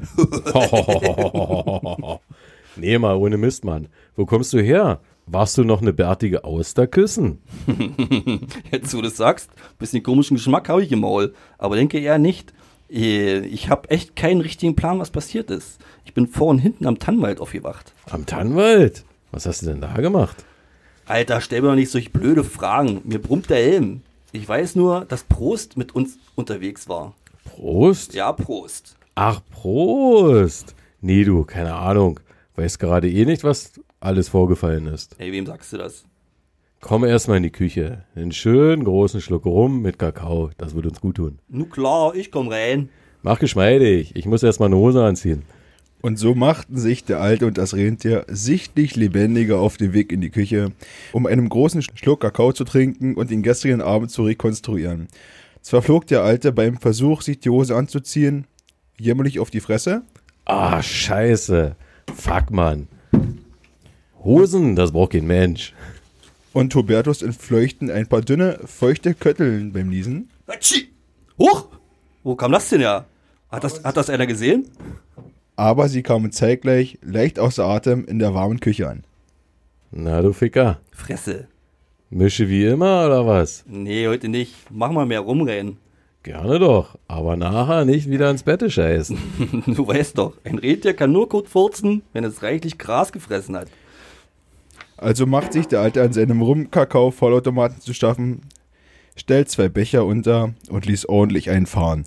Nee, mal ohne Mist, Mann. Wo kommst du her? Warst du noch eine bärtige Auster küssen? Jetzt, wo du das sagst, bisschen komischen Geschmack habe ich im Maul. Aber denke eher nicht. Ich habe echt keinen richtigen Plan, was passiert ist. Ich bin vor und hinten am Tannenwald aufgewacht. Am Tannenwald? Was hast du denn da gemacht? Alter, stell mir doch nicht solche blöde Fragen. Mir brummt der Helm. Ich weiß nur, dass Prost mit uns unterwegs war. Prost? Ja, Prost. Ach, Prost. Nee, du, keine Ahnung. Weiß gerade eh nicht, was alles vorgefallen ist. Hey, wem sagst du das? Komm erstmal in die Küche. Einen schönen großen Schluck Rum mit Kakao. Das wird uns gut tun. Nu klar, ich komm rein. Mach geschmeidig. Ich muss erstmal eine Hose anziehen. Und so machten sich der Alte und das Rentier sichtlich lebendiger auf den Weg in die Küche, um einen großen Schluck Kakao zu trinken und den gestrigen Abend zu rekonstruieren. Zwar flog der Alte beim Versuch, sich die Hose anzuziehen, jämmerlich auf die Fresse. Ah, scheiße. Fuck, Mann. Hosen, das braucht kein Mensch. Und Hubertus entfleuchten ein paar dünne, feuchte Kötteln beim Niesen. Huch! Wo kam das denn her? Hat das, hat das einer gesehen? Aber sie kamen zeitgleich leicht außer Atem in der warmen Küche an. Na, du Ficker. Fresse. Mische wie immer, oder was? Nee, heute nicht. Mach mal mehr rumrennen. Gerne doch, aber nachher nicht wieder ins Bett scheißen. Du weißt doch, ein Rentier kann nur gut furzen, wenn es reichlich Gras gefressen hat. Also macht sich der Alte an seinem Rum-Kakao-Vollautomaten zu schaffen, stellt zwei Becher unter und ließ ordentlich einfahren.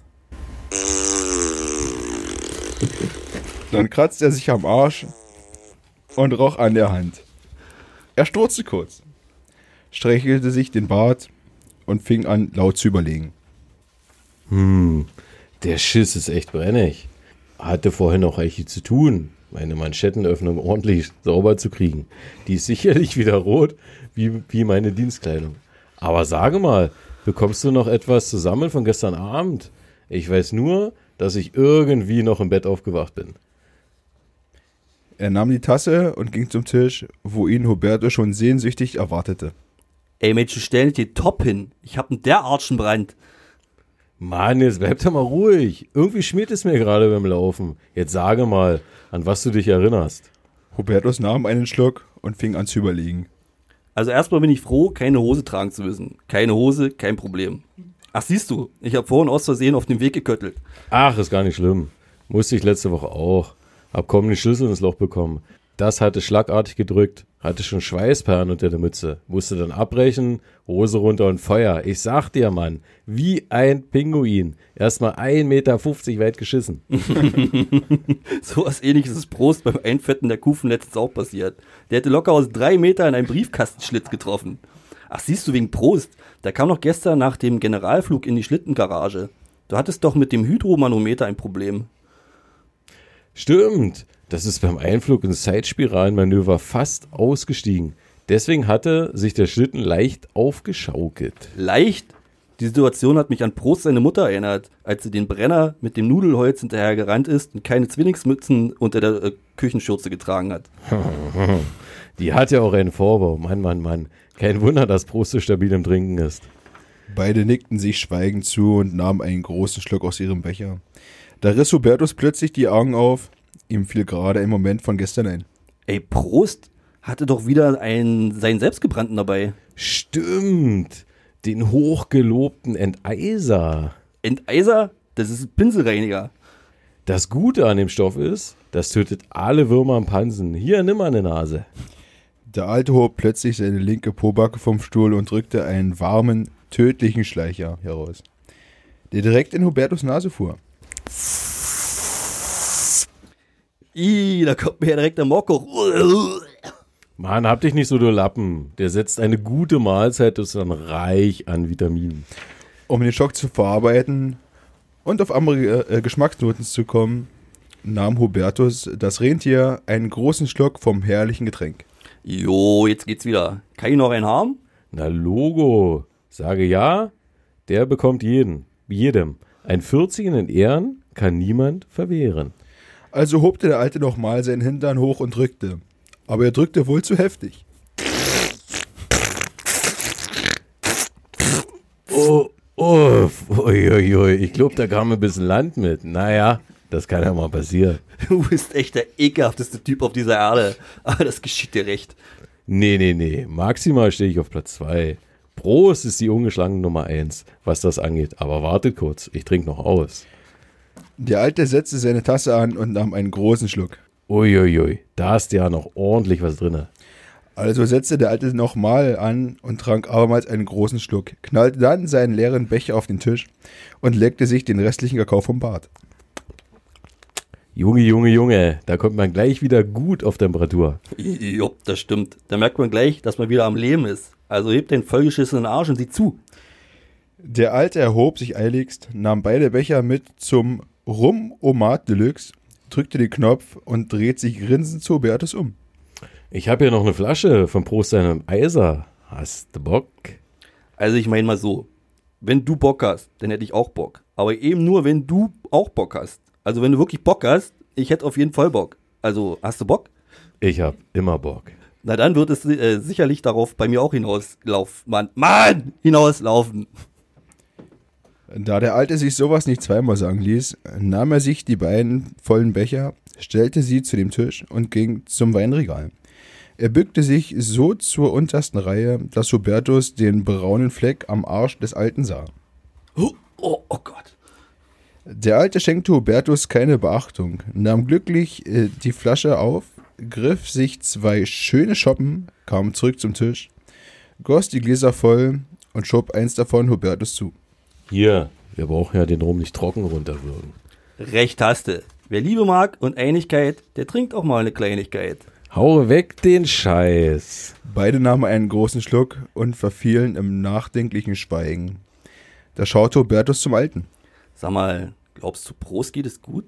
Dann kratzte er sich am Arsch und roch an der Hand. Er sturzte kurz, streichelte sich den Bart und fing an, laut zu überlegen. Hm, der Schiss ist echt brennig. Hatte vorhin noch echt zu tun, meine Manschettenöffnung ordentlich sauber zu kriegen. Die ist sicherlich wieder rot, wie, wie meine Dienstkleidung. Aber sage mal, bekommst du noch etwas zusammen von gestern Abend? Ich weiß nur, dass ich irgendwie noch im Bett aufgewacht bin. Er nahm die Tasse und ging zum Tisch, wo ihn Huberto schon sehnsüchtig erwartete. Ey Mädchen, stell dich dir top hin. Ich hab einen derartigen Brand. Mann, jetzt bleib doch mal ruhig. Irgendwie schmiert es mir gerade beim Laufen. Jetzt sage mal, an was du dich erinnerst. Hubertus nahm einen Schluck und fing an zu überlegen. Also erstmal bin ich froh, keine Hose tragen zu müssen. Keine Hose, kein Problem. Ach, siehst du, ich habe vorhin aus Versehen auf den Weg geköttelt. Ach, ist gar nicht schlimm. Musste ich letzte Woche auch. Hab kaum den Schlüssel ins Loch bekommen. Das hatte schlagartig gedrückt. Hatte schon Schweißperlen unter der Mütze. Musste dann abbrechen, Hose runter und Feuer. Ich sag dir, Mann, wie ein Pinguin. Erstmal ein Meter fünfzig weit geschissen. So was Ähnliches ist Prost beim Einfetten der Kufen letztens auch passiert. Der hätte locker aus drei Meter in einen Briefkastenschlitz getroffen. Ach, siehst du, wegen Prost. Der kam noch gestern nach dem Generalflug in die Schlittengarage. Du hattest doch mit dem Hydromanometer ein Problem. Stimmt, das ist beim Einflug ins Zeitspiralenmanöver fast ausgestiegen. Deswegen hatte sich der Schlitten leicht aufgeschaukelt. Leicht? Die Situation hat mich an Prost seine Mutter erinnert, als sie den Brenner mit dem Nudelholz hinterher gerannt ist und keine Zwillingsmützen unter der äh, Küchenschürze getragen hat. Die hat ja auch einen Vorbau. Mann, Mann, Mann. Kein Wunder, dass Prost so stabil im Trinken ist. Beide nickten sich schweigend zu und nahmen einen großen Schluck aus ihrem Becher. Da riss Hubertus plötzlich die Augen auf. Ihm fiel gerade ein Moment von gestern ein. Ey, Prost hatte doch wieder einen, seinen Selbstgebrannten dabei. Stimmt, den hochgelobten Enteiser. Enteiser? Das ist ein Pinselreiniger. Das Gute an dem Stoff ist, das tötet alle Würmer am Pansen. Hier, nimm mal eine Nase. Der Alte hob plötzlich seine linke Pobacke vom Stuhl und drückte einen warmen, tödlichen Schleicher heraus, der direkt in Hubertus Nase fuhr. Ih, da kommt mir ja direkt der Mock hoch. Mann, hab dich nicht so, du Lappen. Der setzt eine gute Mahlzeit, ist dann reich an Vitaminen. Um den Schock zu verarbeiten und auf andere äh, Geschmacksnoten zu kommen, nahm Hubertus das Rentier einen großen Schluck vom herrlichen Getränk. Jo, jetzt geht's wieder. Kann ich noch einen haben? Na Logo. Sage ja, der bekommt jeden. Jedem. Ein vierzigen in Ehren kann niemand verwehren. Also hobte der Alte nochmal seinen Hintern hoch und drückte. Aber er drückte wohl zu heftig. Oh, oh, uiuiui. Ich glaube, da kam ein bisschen Land mit. Naja, das kann ja mal passieren. Du bist echt der ekelhafteste Typ auf dieser Erde. Aber das geschieht dir recht. Nee, nee, nee. Maximal stehe ich auf Platz zwei. Prost ist die ungeschlagene Nummer eins, was das angeht. Aber wartet kurz, ich trinke noch aus. Der Alte setzte seine Tasse an und nahm einen großen Schluck. Uiuiui, da ist ja noch ordentlich was drin. Also setzte der Alte nochmal an und trank abermals einen großen Schluck, knallte dann seinen leeren Becher auf den Tisch und leckte sich den restlichen Kakao vom Bart. Junge, Junge, Junge, da kommt man gleich wieder gut auf Temperatur. Jo, das stimmt. Da merkt man gleich, dass man wieder am Leben ist. Also heb den vollgeschissenen Arsch und sieh zu. Der Alte erhob sich eiligst, nahm beide Becher mit zum Rum-O-Mat Deluxe, drückte den Knopf und dreht sich grinsend zu Hubertus um. Ich habe hier noch eine Flasche von Prost seinem Eiser. Hast du Bock? Also ich meine mal so, wenn du Bock hast, dann hätte ich auch Bock. Aber eben nur, wenn du auch Bock hast. Also wenn du wirklich Bock hast, ich hätte auf jeden Fall Bock. Also hast du Bock? Ich hab immer Bock. Na dann wird es äh, sicherlich darauf bei mir auch hinauslaufen. Mann, Mann, hinauslaufen. Da der Alte sich sowas nicht zweimal sagen ließ, nahm er sich die beiden vollen Becher, stellte sie zu dem Tisch und ging zum Weinregal. Er bückte sich so zur untersten Reihe, dass Hubertus den braunen Fleck am Arsch des Alten sah. Oh, oh, oh Gott. Der Alte schenkte Hubertus keine Beachtung, nahm glücklich äh, die Flasche auf, griff sich zwei schöne Schoppen, kam zurück zum Tisch, goss die Gläser voll und schob eins davon Hubertus zu. Hier, wir brauchen ja den Rum nicht trocken runterwürgen. Recht hast du. Wer Liebe mag und Einigkeit, der trinkt auch mal eine Kleinigkeit. Hau weg den Scheiß. Beide nahmen einen großen Schluck und verfielen im nachdenklichen Schweigen. Da schaute Hubertus zum Alten. Sag mal, glaubst du, Prost geht es gut?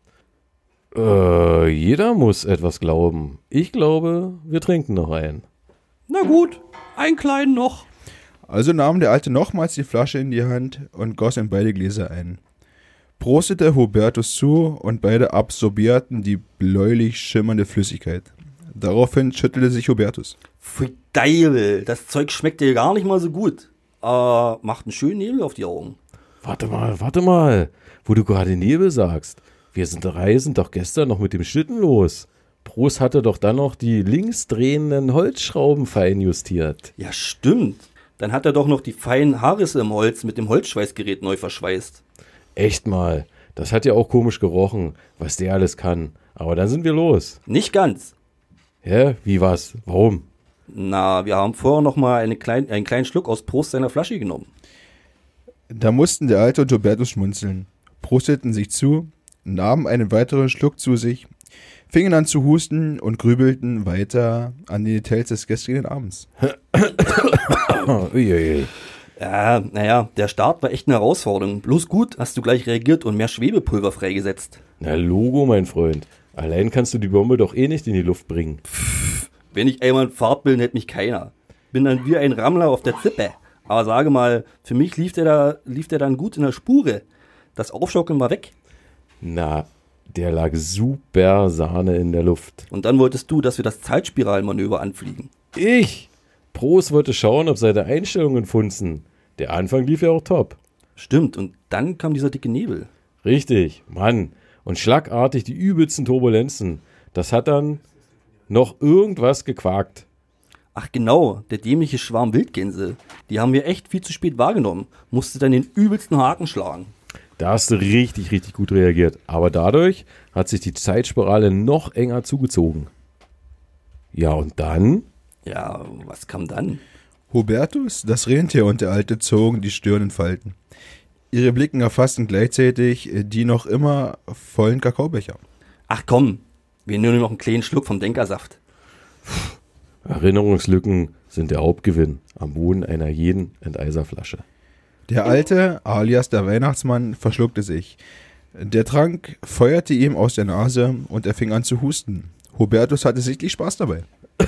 Äh, jeder muss etwas glauben. Ich glaube, wir trinken noch einen. Na gut, einen kleinen noch. Also nahm der Alte nochmals die Flasche in die Hand und goss in beide Gläser ein. Prostete Hubertus zu und beide absorbierten die bläulich schimmernde Flüssigkeit. Daraufhin schüttelte sich Hubertus. Pfui Deibel, das Zeug schmeckt dir gar nicht mal so gut. Äh, macht einen schönen Nebel auf die Augen. Warte mal, warte mal, wo du gerade Nebel sagst. Wir sind drei sind doch gestern noch mit dem Schlitten los. Prost hatte doch dann noch die linksdrehenden Holzschrauben fein justiert. Ja, stimmt. Dann hat er doch noch die feinen Haarrisse im Holz mit dem Holzschweißgerät neu verschweißt. Echt mal, das hat ja auch komisch gerochen, was der alles kann. Aber dann sind wir los. Nicht ganz. Hä? Wie was? Warum? Na, wir haben vorher noch mal eine klein, einen kleinen Schluck aus Prost seiner Flasche genommen. Da mussten der Alte und Hubertus schmunzeln, prosteten sich zu, nahmen einen weiteren Schluck zu sich, fingen an zu husten und grübelten weiter an die Details des gestrigen Abends. Uiuiui. Ja, naja, der Start war echt eine Herausforderung. Bloß gut hast du gleich reagiert und mehr Schwebepulver freigesetzt. Na Logo, mein Freund. Allein kannst du die Bombe doch eh nicht in die Luft bringen. Pff, wenn ich einmal in Fahrt bin, hält mich keiner. Bin dann wie ein Rammler auf der Zippe. Aber sage mal, für mich lief der, da, lief der dann gut in der Spure. Das Aufschaukeln war weg. Na, der lag super Sahne in der Luft. Und dann wolltest du, dass wir das Zeitspiralmanöver anfliegen. Ich? Prost wollte schauen, ob seine Einstellungen funzen. Der Anfang lief ja auch top. Stimmt, und dann kam dieser dicke Nebel. Richtig, Mann. Und schlagartig die übelsten Turbulenzen. Das hat dann noch irgendwas gequakt. Ach genau, der dämliche Schwarm Wildgänse. Die haben wir echt viel zu spät wahrgenommen. Musste dann den übelsten Haken schlagen. Da hast du richtig, richtig gut reagiert. Aber dadurch hat sich die Zeitspirale noch enger zugezogen. Ja, und dann? Ja, was kam dann? Hubertus, das Rentier und der Alte zogen die Stirn in Falten. Ihre Blicken erfassten gleichzeitig die noch immer vollen Kakaobecher. Ach komm, wir nehmen noch einen kleinen Schluck vom Denkersaft. Erinnerungslücken sind der Hauptgewinn am Boden einer jeden Enteiserflasche. Der Alte, alias der Weihnachtsmann, verschluckte sich. Der Trank feuerte ihm aus der Nase und er fing an zu husten. Hubertus hatte sichtlich Spaß dabei.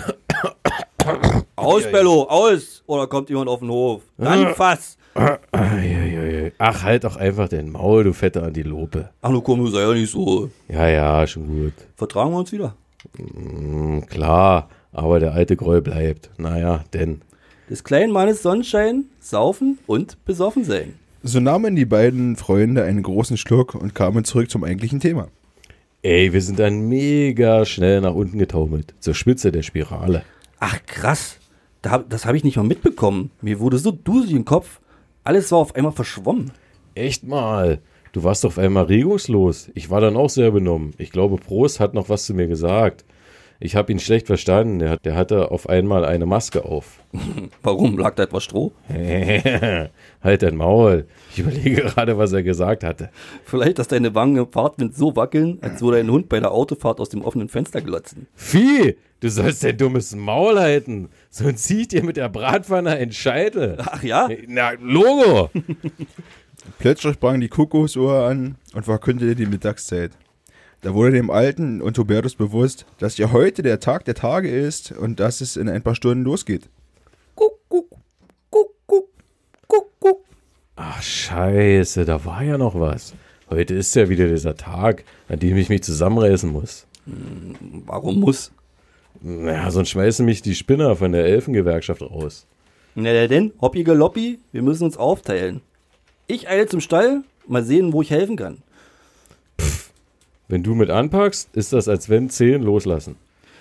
Aus, Bello, aus! Oder kommt jemand auf den Hof? Dann Fass! Ach, halt doch einfach den Maul, du fette Antilope. Ach, du komm, du sei ja nicht so. Ja, ja, schon gut. Vertragen wir uns wieder? Mm, klar, aber der alte Groll bleibt. Naja, denn... Des kleinen Mannes Sonnenschein, saufen und besoffen sein. So nahmen die beiden Freunde einen großen Schluck und kamen zurück zum eigentlichen Thema. Ey, wir sind dann mega schnell nach unten getaumelt, zur Spitze der Spirale. Ach krass, da, das habe ich nicht mal mitbekommen. Mir wurde so duselig im Kopf. Alles war auf einmal verschwommen. Echt mal, du warst auf einmal regungslos. Ich war dann auch sehr benommen. Ich glaube, Prost hat noch was zu mir gesagt. Ich habe ihn schlecht verstanden. Der, der hatte auf einmal eine Maske auf. Warum? Lag da etwas Stroh? Halt dein Maul. Ich überlege gerade, was er gesagt hatte. Vielleicht, dass deine Wangen im Fahrtwind so wackeln, als würde ein Hund bei der Autofahrt aus dem offenen Fenster glotzen. Vieh! Du sollst dein dummes Maul halten. sonst zieht ihr mit der Bratpfanne ein Scheitel. Ach ja? Na, Logo. Plötzlich sprang die Kuckucksuhr an und verkündete die Mittagszeit. Da wurde dem Alten und Hubertus bewusst, dass ja heute der Tag der Tage ist und dass es in ein paar Stunden losgeht. Kuckuck, Kuckuck, Kuckuck. Ach, scheiße, da war ja noch was. Heute ist ja wieder dieser Tag, an dem ich mich zusammenreißen muss. Warum muss? Naja, sonst schmeißen mich die Spinner von der Elfengewerkschaft raus. Na denn, Hoppi Galoppi, wir müssen uns aufteilen. Ich eile zum Stall, mal sehen, wo ich helfen kann. Pff, wenn du mit anpackst, ist das, als wenn zehn loslassen.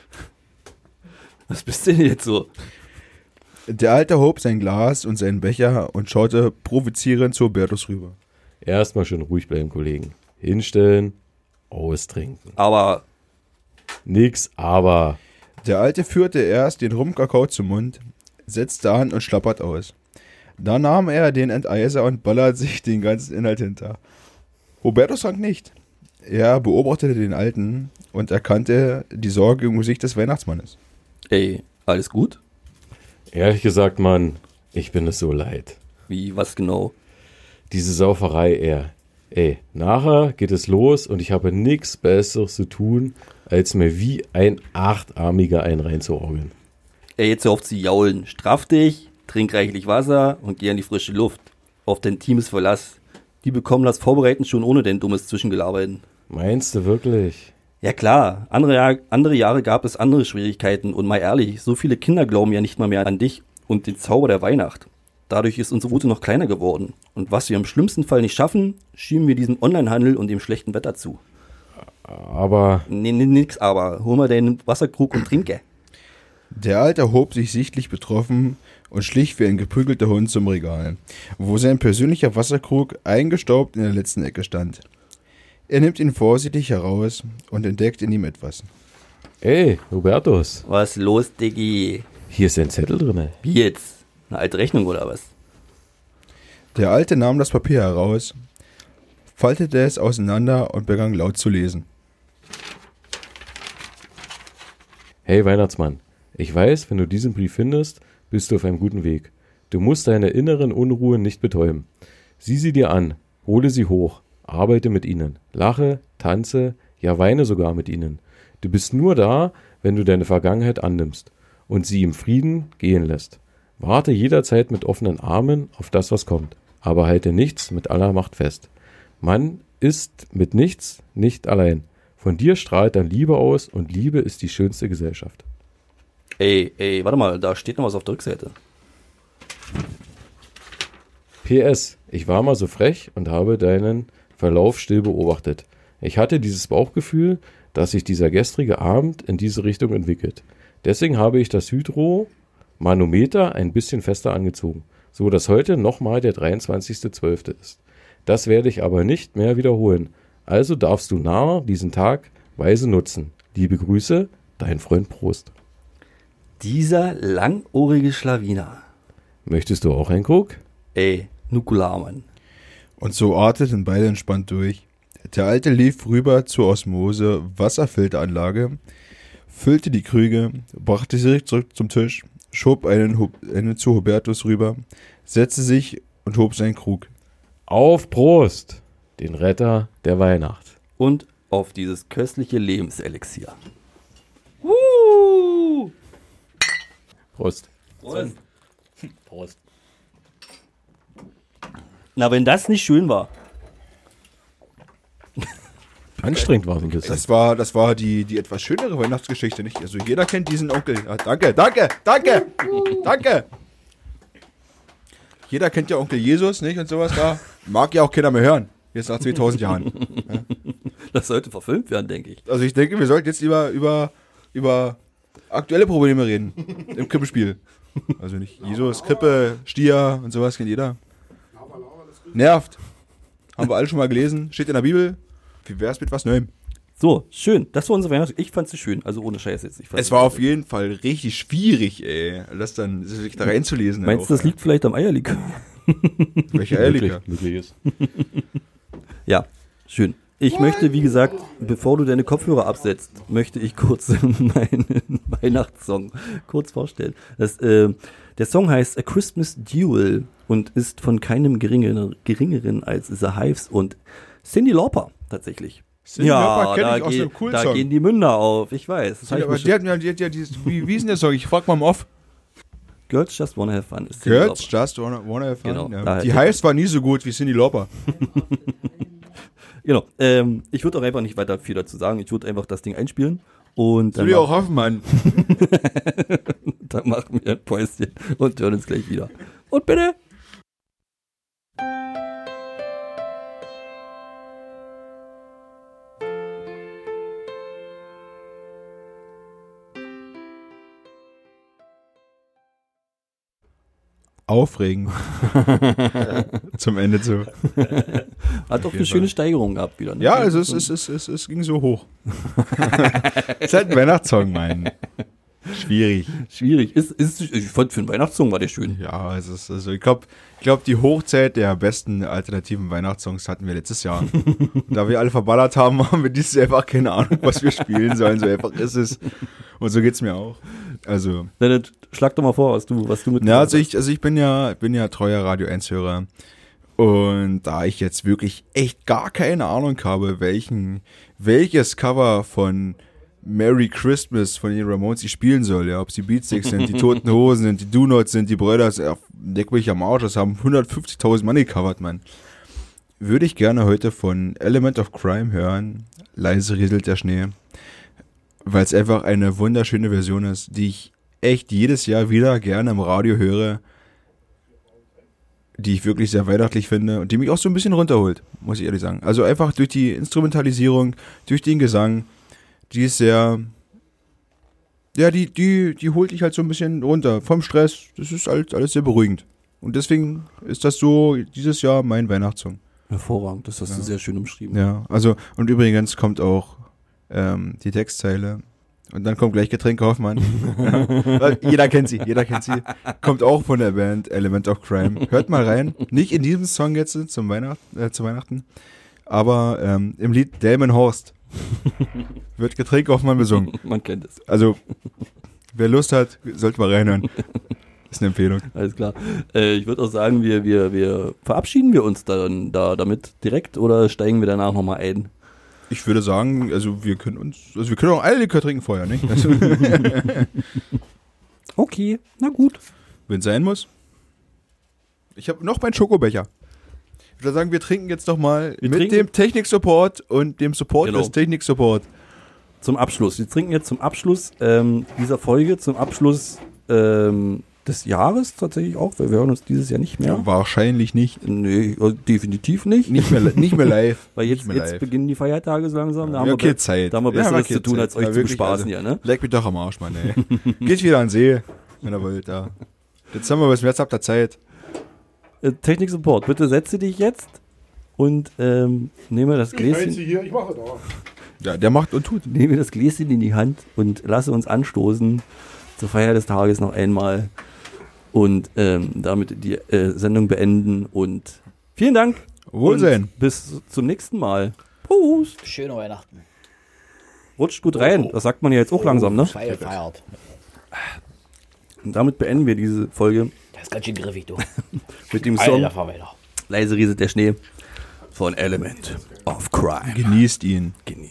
Was bist denn jetzt so? Der Alte hob sein Glas und seinen Becher und schaute provozierend zu Hubertus rüber. Erstmal schön ruhig bleiben, Kollegen. Hinstellen, austrinken. Aber... Nix, aber... Der Alte führte erst den Rumkakao zum Mund, setzte an und schlappert aus. Dann nahm er den Enteiser und ballert sich den ganzen Inhalt hinter. Hubertus trank nicht. Er beobachtete den Alten und erkannte die Sorge im Gesicht des Weihnachtsmannes. Ey, alles gut? Ehrlich gesagt, Mann, ich bin es so leid. Wie, was genau? Diese Sauferei eher. Ey, nachher geht es los und ich habe nichts Besseres zu tun, als mir wie ein Achtarmiger einen reinzuorgeln. Ey, jetzt hör auf zu jaulen. Straff dich, trink reichlich Wasser und geh an die frische Luft. Auf dein Team ist Verlass. Die bekommen das Vorbereiten schon ohne dein dummes Zwischengelaberten. Meinst du wirklich? Ja klar, andere, Jahr, andere Jahre gab es andere Schwierigkeiten und mal ehrlich, so viele Kinder glauben ja nicht mal mehr an dich und den Zauber der Weihnacht. Dadurch ist unsere Route noch kleiner geworden. Und was wir im schlimmsten Fall nicht schaffen, schieben wir diesem Onlinehandel und dem schlechten Wetter zu. Aber... Nee, nee, nix aber. Hol mal deinen Wasserkrug und trinke. Der Alte hob sich sichtlich betroffen und schlich wie ein geprügelter Hund zum Regal, wo sein persönlicher Wasserkrug eingestaubt in der letzten Ecke stand. Er nimmt ihn vorsichtig heraus und entdeckt in ihm etwas. Ey, Hubertus. Was los, Diggi? Hier ist ein Zettel drin. Wie jetzt? Eine alte Rechnung oder was? Der Alte nahm das Papier heraus, faltete es auseinander und begann laut zu lesen. Hey Weihnachtsmann, ich weiß, wenn du diesen Brief findest, bist du auf einem guten Weg. Du musst deine inneren Unruhen nicht betäuben. Sieh sie dir an, hole sie hoch, arbeite mit ihnen, lache, tanze, ja weine sogar mit ihnen. Du bist nur da, wenn du deine Vergangenheit annimmst und sie im Frieden gehen lässt. Warte jederzeit mit offenen Armen auf das, was kommt, aber halte nichts mit aller Macht fest. Man ist mit nichts nicht allein. Von dir strahlt dann Liebe aus und Liebe ist die schönste Gesellschaft. Ey, ey, warte mal, da steht noch was auf der Rückseite. P S. Ich war mal so frech und habe deinen Verlauf still beobachtet. Ich hatte dieses Bauchgefühl, dass sich dieser gestrige Abend in diese Richtung entwickelt. Deswegen habe ich das Hydro-Manometer ein bisschen fester angezogen, so dass heute nochmal der dreiundzwanzigster zwölfte ist. Das werde ich aber nicht mehr wiederholen. Also darfst du Narr diesen Tag weise nutzen. Liebe Grüße, dein Freund Prost. Dieser langohrige Schlawiner. Möchtest du auch einen Krug? Ey, Nukular, Mann. Und so atmeten beide entspannt durch. Der Alte lief rüber zur Osmose-Wasserfilteranlage, füllte die Krüge, brachte sie zurück zum Tisch, schob einen, einen zu Hubertus rüber, setzte sich und hob seinen Krug. Auf Prost, den Retter der Weihnacht. Und auf dieses köstliche Lebenselixier. Woo! Prost. Prost. Prost. Na, wenn das nicht schön war. Anstrengend war es ein bisschen. Das war, das war die, die etwas schönere Weihnachtsgeschichte, nicht? Also jeder kennt diesen Onkel. Ja, danke, danke, danke, danke. Jeder kennt ja Onkel Jesus, nicht? Und sowas da. Mag ja auch keiner mehr hören. Jetzt nach zweitausend Jahren. Ja. Das sollte verfilmt werden, denke ich. Also ich denke, wir sollten jetzt lieber über, über aktuelle Probleme reden. Im Krippenspiel. Also nicht Jesus, Krippe, Stier und sowas kennt jeder. Nervt. Haben wir alle schon mal gelesen. Steht in der Bibel. Wie wär's mit was Neuem? So, schön. Das war unsere Weihnachten. Ich fand's schön. Also ohne Scheiß jetzt. Ich es war auf jeden Fall richtig schwierig, ey. Das dann, sich da reinzulesen. Meinst du, das liegt vielleicht am Eierlikör? Welcher Eierlikör? Möglich ist. Ja, schön. Ich möchte, wie gesagt, bevor du deine Kopfhörer absetzt, möchte ich kurz meinen Weihnachtssong kurz vorstellen. Das, äh, der Song heißt A Christmas Duel und ist von keinem geringeren, geringeren als The Hives und Cyndi Lauper tatsächlich. Cyndi Lauper kenn da, ich aus geh, einem coolen da Song. gehen die Münder auf, ich weiß. Das hab Ja, ich aber mir die hat, die hat ja dieses, wie, wie ist denn der Song? Ich frag mal im Off. Girls Just Wanna Have Fun. Ist Girls Just Wanna, wanna Have Fun. Genau, ja. da- Die Hives war nie so gut wie Cyndi Lauper. Genau. Ähm, ich würde auch einfach nicht weiter viel dazu sagen. Ich würde einfach das Ding einspielen. Und dann Will ich auch mach- hoffen, Mann. dann machen wir ein Päuschen und hören uns gleich wieder. Und bitte. Aufregend. Zum Ende zu. Hat doch eine schöne Steigerung gehabt wieder. Ne? Ja, also es, es, es, es, es ging so hoch. Es ist halt ein Weihnachtssong, mein. Schwierig. Schwierig. Ist, ist, ich fand, für einen Weihnachtssong war der schön. Ja, es ist, also ich glaube, ich glaub, die Hochzeit der besten alternativen Weihnachtssongs hatten wir letztes Jahr. Da wir alle verballert haben, haben wir dieses Jahr einfach keine Ahnung, was wir spielen sollen. So einfach ist es. Und so geht's mir auch. Also. Dann schlag doch mal vor, was du, was du mit. Ja, also ich, also ich bin ja, bin ja treuer Radio eins Hörer. Und da ich jetzt wirklich echt gar keine Ahnung habe, welchen, welches Cover von Merry Christmas von den Ramones ich spielen soll, ja, ob es die Beatsticks sind, die Toten Hosen sind, die Do-Nots sind, die Brothers, ja, leck mich am Arsch, das haben hundertfünfzigtausend Mann gecovert, Mann. Würde ich gerne heute von Element of Crime hören, leise rieselt der Schnee, weil es einfach eine wunderschöne Version ist, die ich echt jedes Jahr wieder gerne im Radio höre, die ich wirklich sehr weihnachtlich finde und die mich auch so ein bisschen runterholt, muss ich ehrlich sagen. Also einfach durch die Instrumentalisierung, durch den Gesang, die ist sehr, ja, die, die, die holt dich halt so ein bisschen runter vom Stress. Das ist halt alles sehr beruhigend. Und deswegen ist das so dieses Jahr mein Weihnachtssong. Hervorragend, das hast Ja. du sehr schön umschrieben. Ja, also, und übrigens kommt auch ähm, die Textzeile. Und dann kommt gleich Getränke Hoffmann. Ja, jeder kennt sie, jeder kennt sie. Kommt auch von der Band Element of Crime. Hört mal rein. Nicht in diesem Song jetzt zum Weihnacht, äh, zu Weihnachten, aber ähm, im Lied Delmenhorst wird Getränke Hoffmann besungen. Man kennt es. Also, wer Lust hat, sollte mal reinhören. Ist eine Empfehlung. Alles klar. Äh, ich würde auch sagen, wir, wir, wir verabschieden wir uns dann da damit direkt oder steigen wir danach nochmal ein? Ich würde sagen, also wir können uns, also wir können auch alle Likör trinken vorher, nicht? Also, okay, na gut. wenn es sein muss. Ich habe noch meinen Schokobecher. Ich würde sagen, wir trinken jetzt noch mal Wir mit trinken- dem Technik-Support und dem Support Genau. des Technik-Support. Zum Abschluss. Wir trinken jetzt zum Abschluss ähm, dieser Folge, zum Abschluss ähm, des Jahres tatsächlich auch, weil wir hören uns dieses Jahr nicht mehr. Wahrscheinlich nicht. Nee, äh, definitiv nicht. Nicht mehr, nicht mehr live. Weil jetzt, Nicht mehr jetzt live. beginnen die Feiertage so langsam. Da haben, Ja, wir, okay, be- Zeit. da haben wir Ja, Besseres okay, zu tun, Zeit. als euch Ja, zu wirklich, bespaßen also, hier, ne? Leck mich doch am Arsch, Mann, ey. Geht wieder an den See, wenn ihr wollt, da. Jetzt haben wir bis März, habt ihr Zeit. Äh, Technik-Support, bitte setze dich jetzt und ähm, nehme das Ich halte Gläschen. sie hier, ich mache da. Ja, der macht und tut. Nehme das Gläschen in die Hand und lasse uns anstoßen zur Feier des Tages noch einmal und ähm, damit die äh, Sendung beenden und vielen Dank. Wohlsein. Und bis zum nächsten Mal. Prost. Schöne Weihnachten. Rutscht gut rein. Das sagt man ja jetzt auch langsam, ne? Feier, feiert. Und damit beenden wir diese Folge Das ist ganz schön griffig, du. mit dem Song Alter Verwalter. Leise rieselt der Schnee von Element of Crime. Genießt ihn. Genießt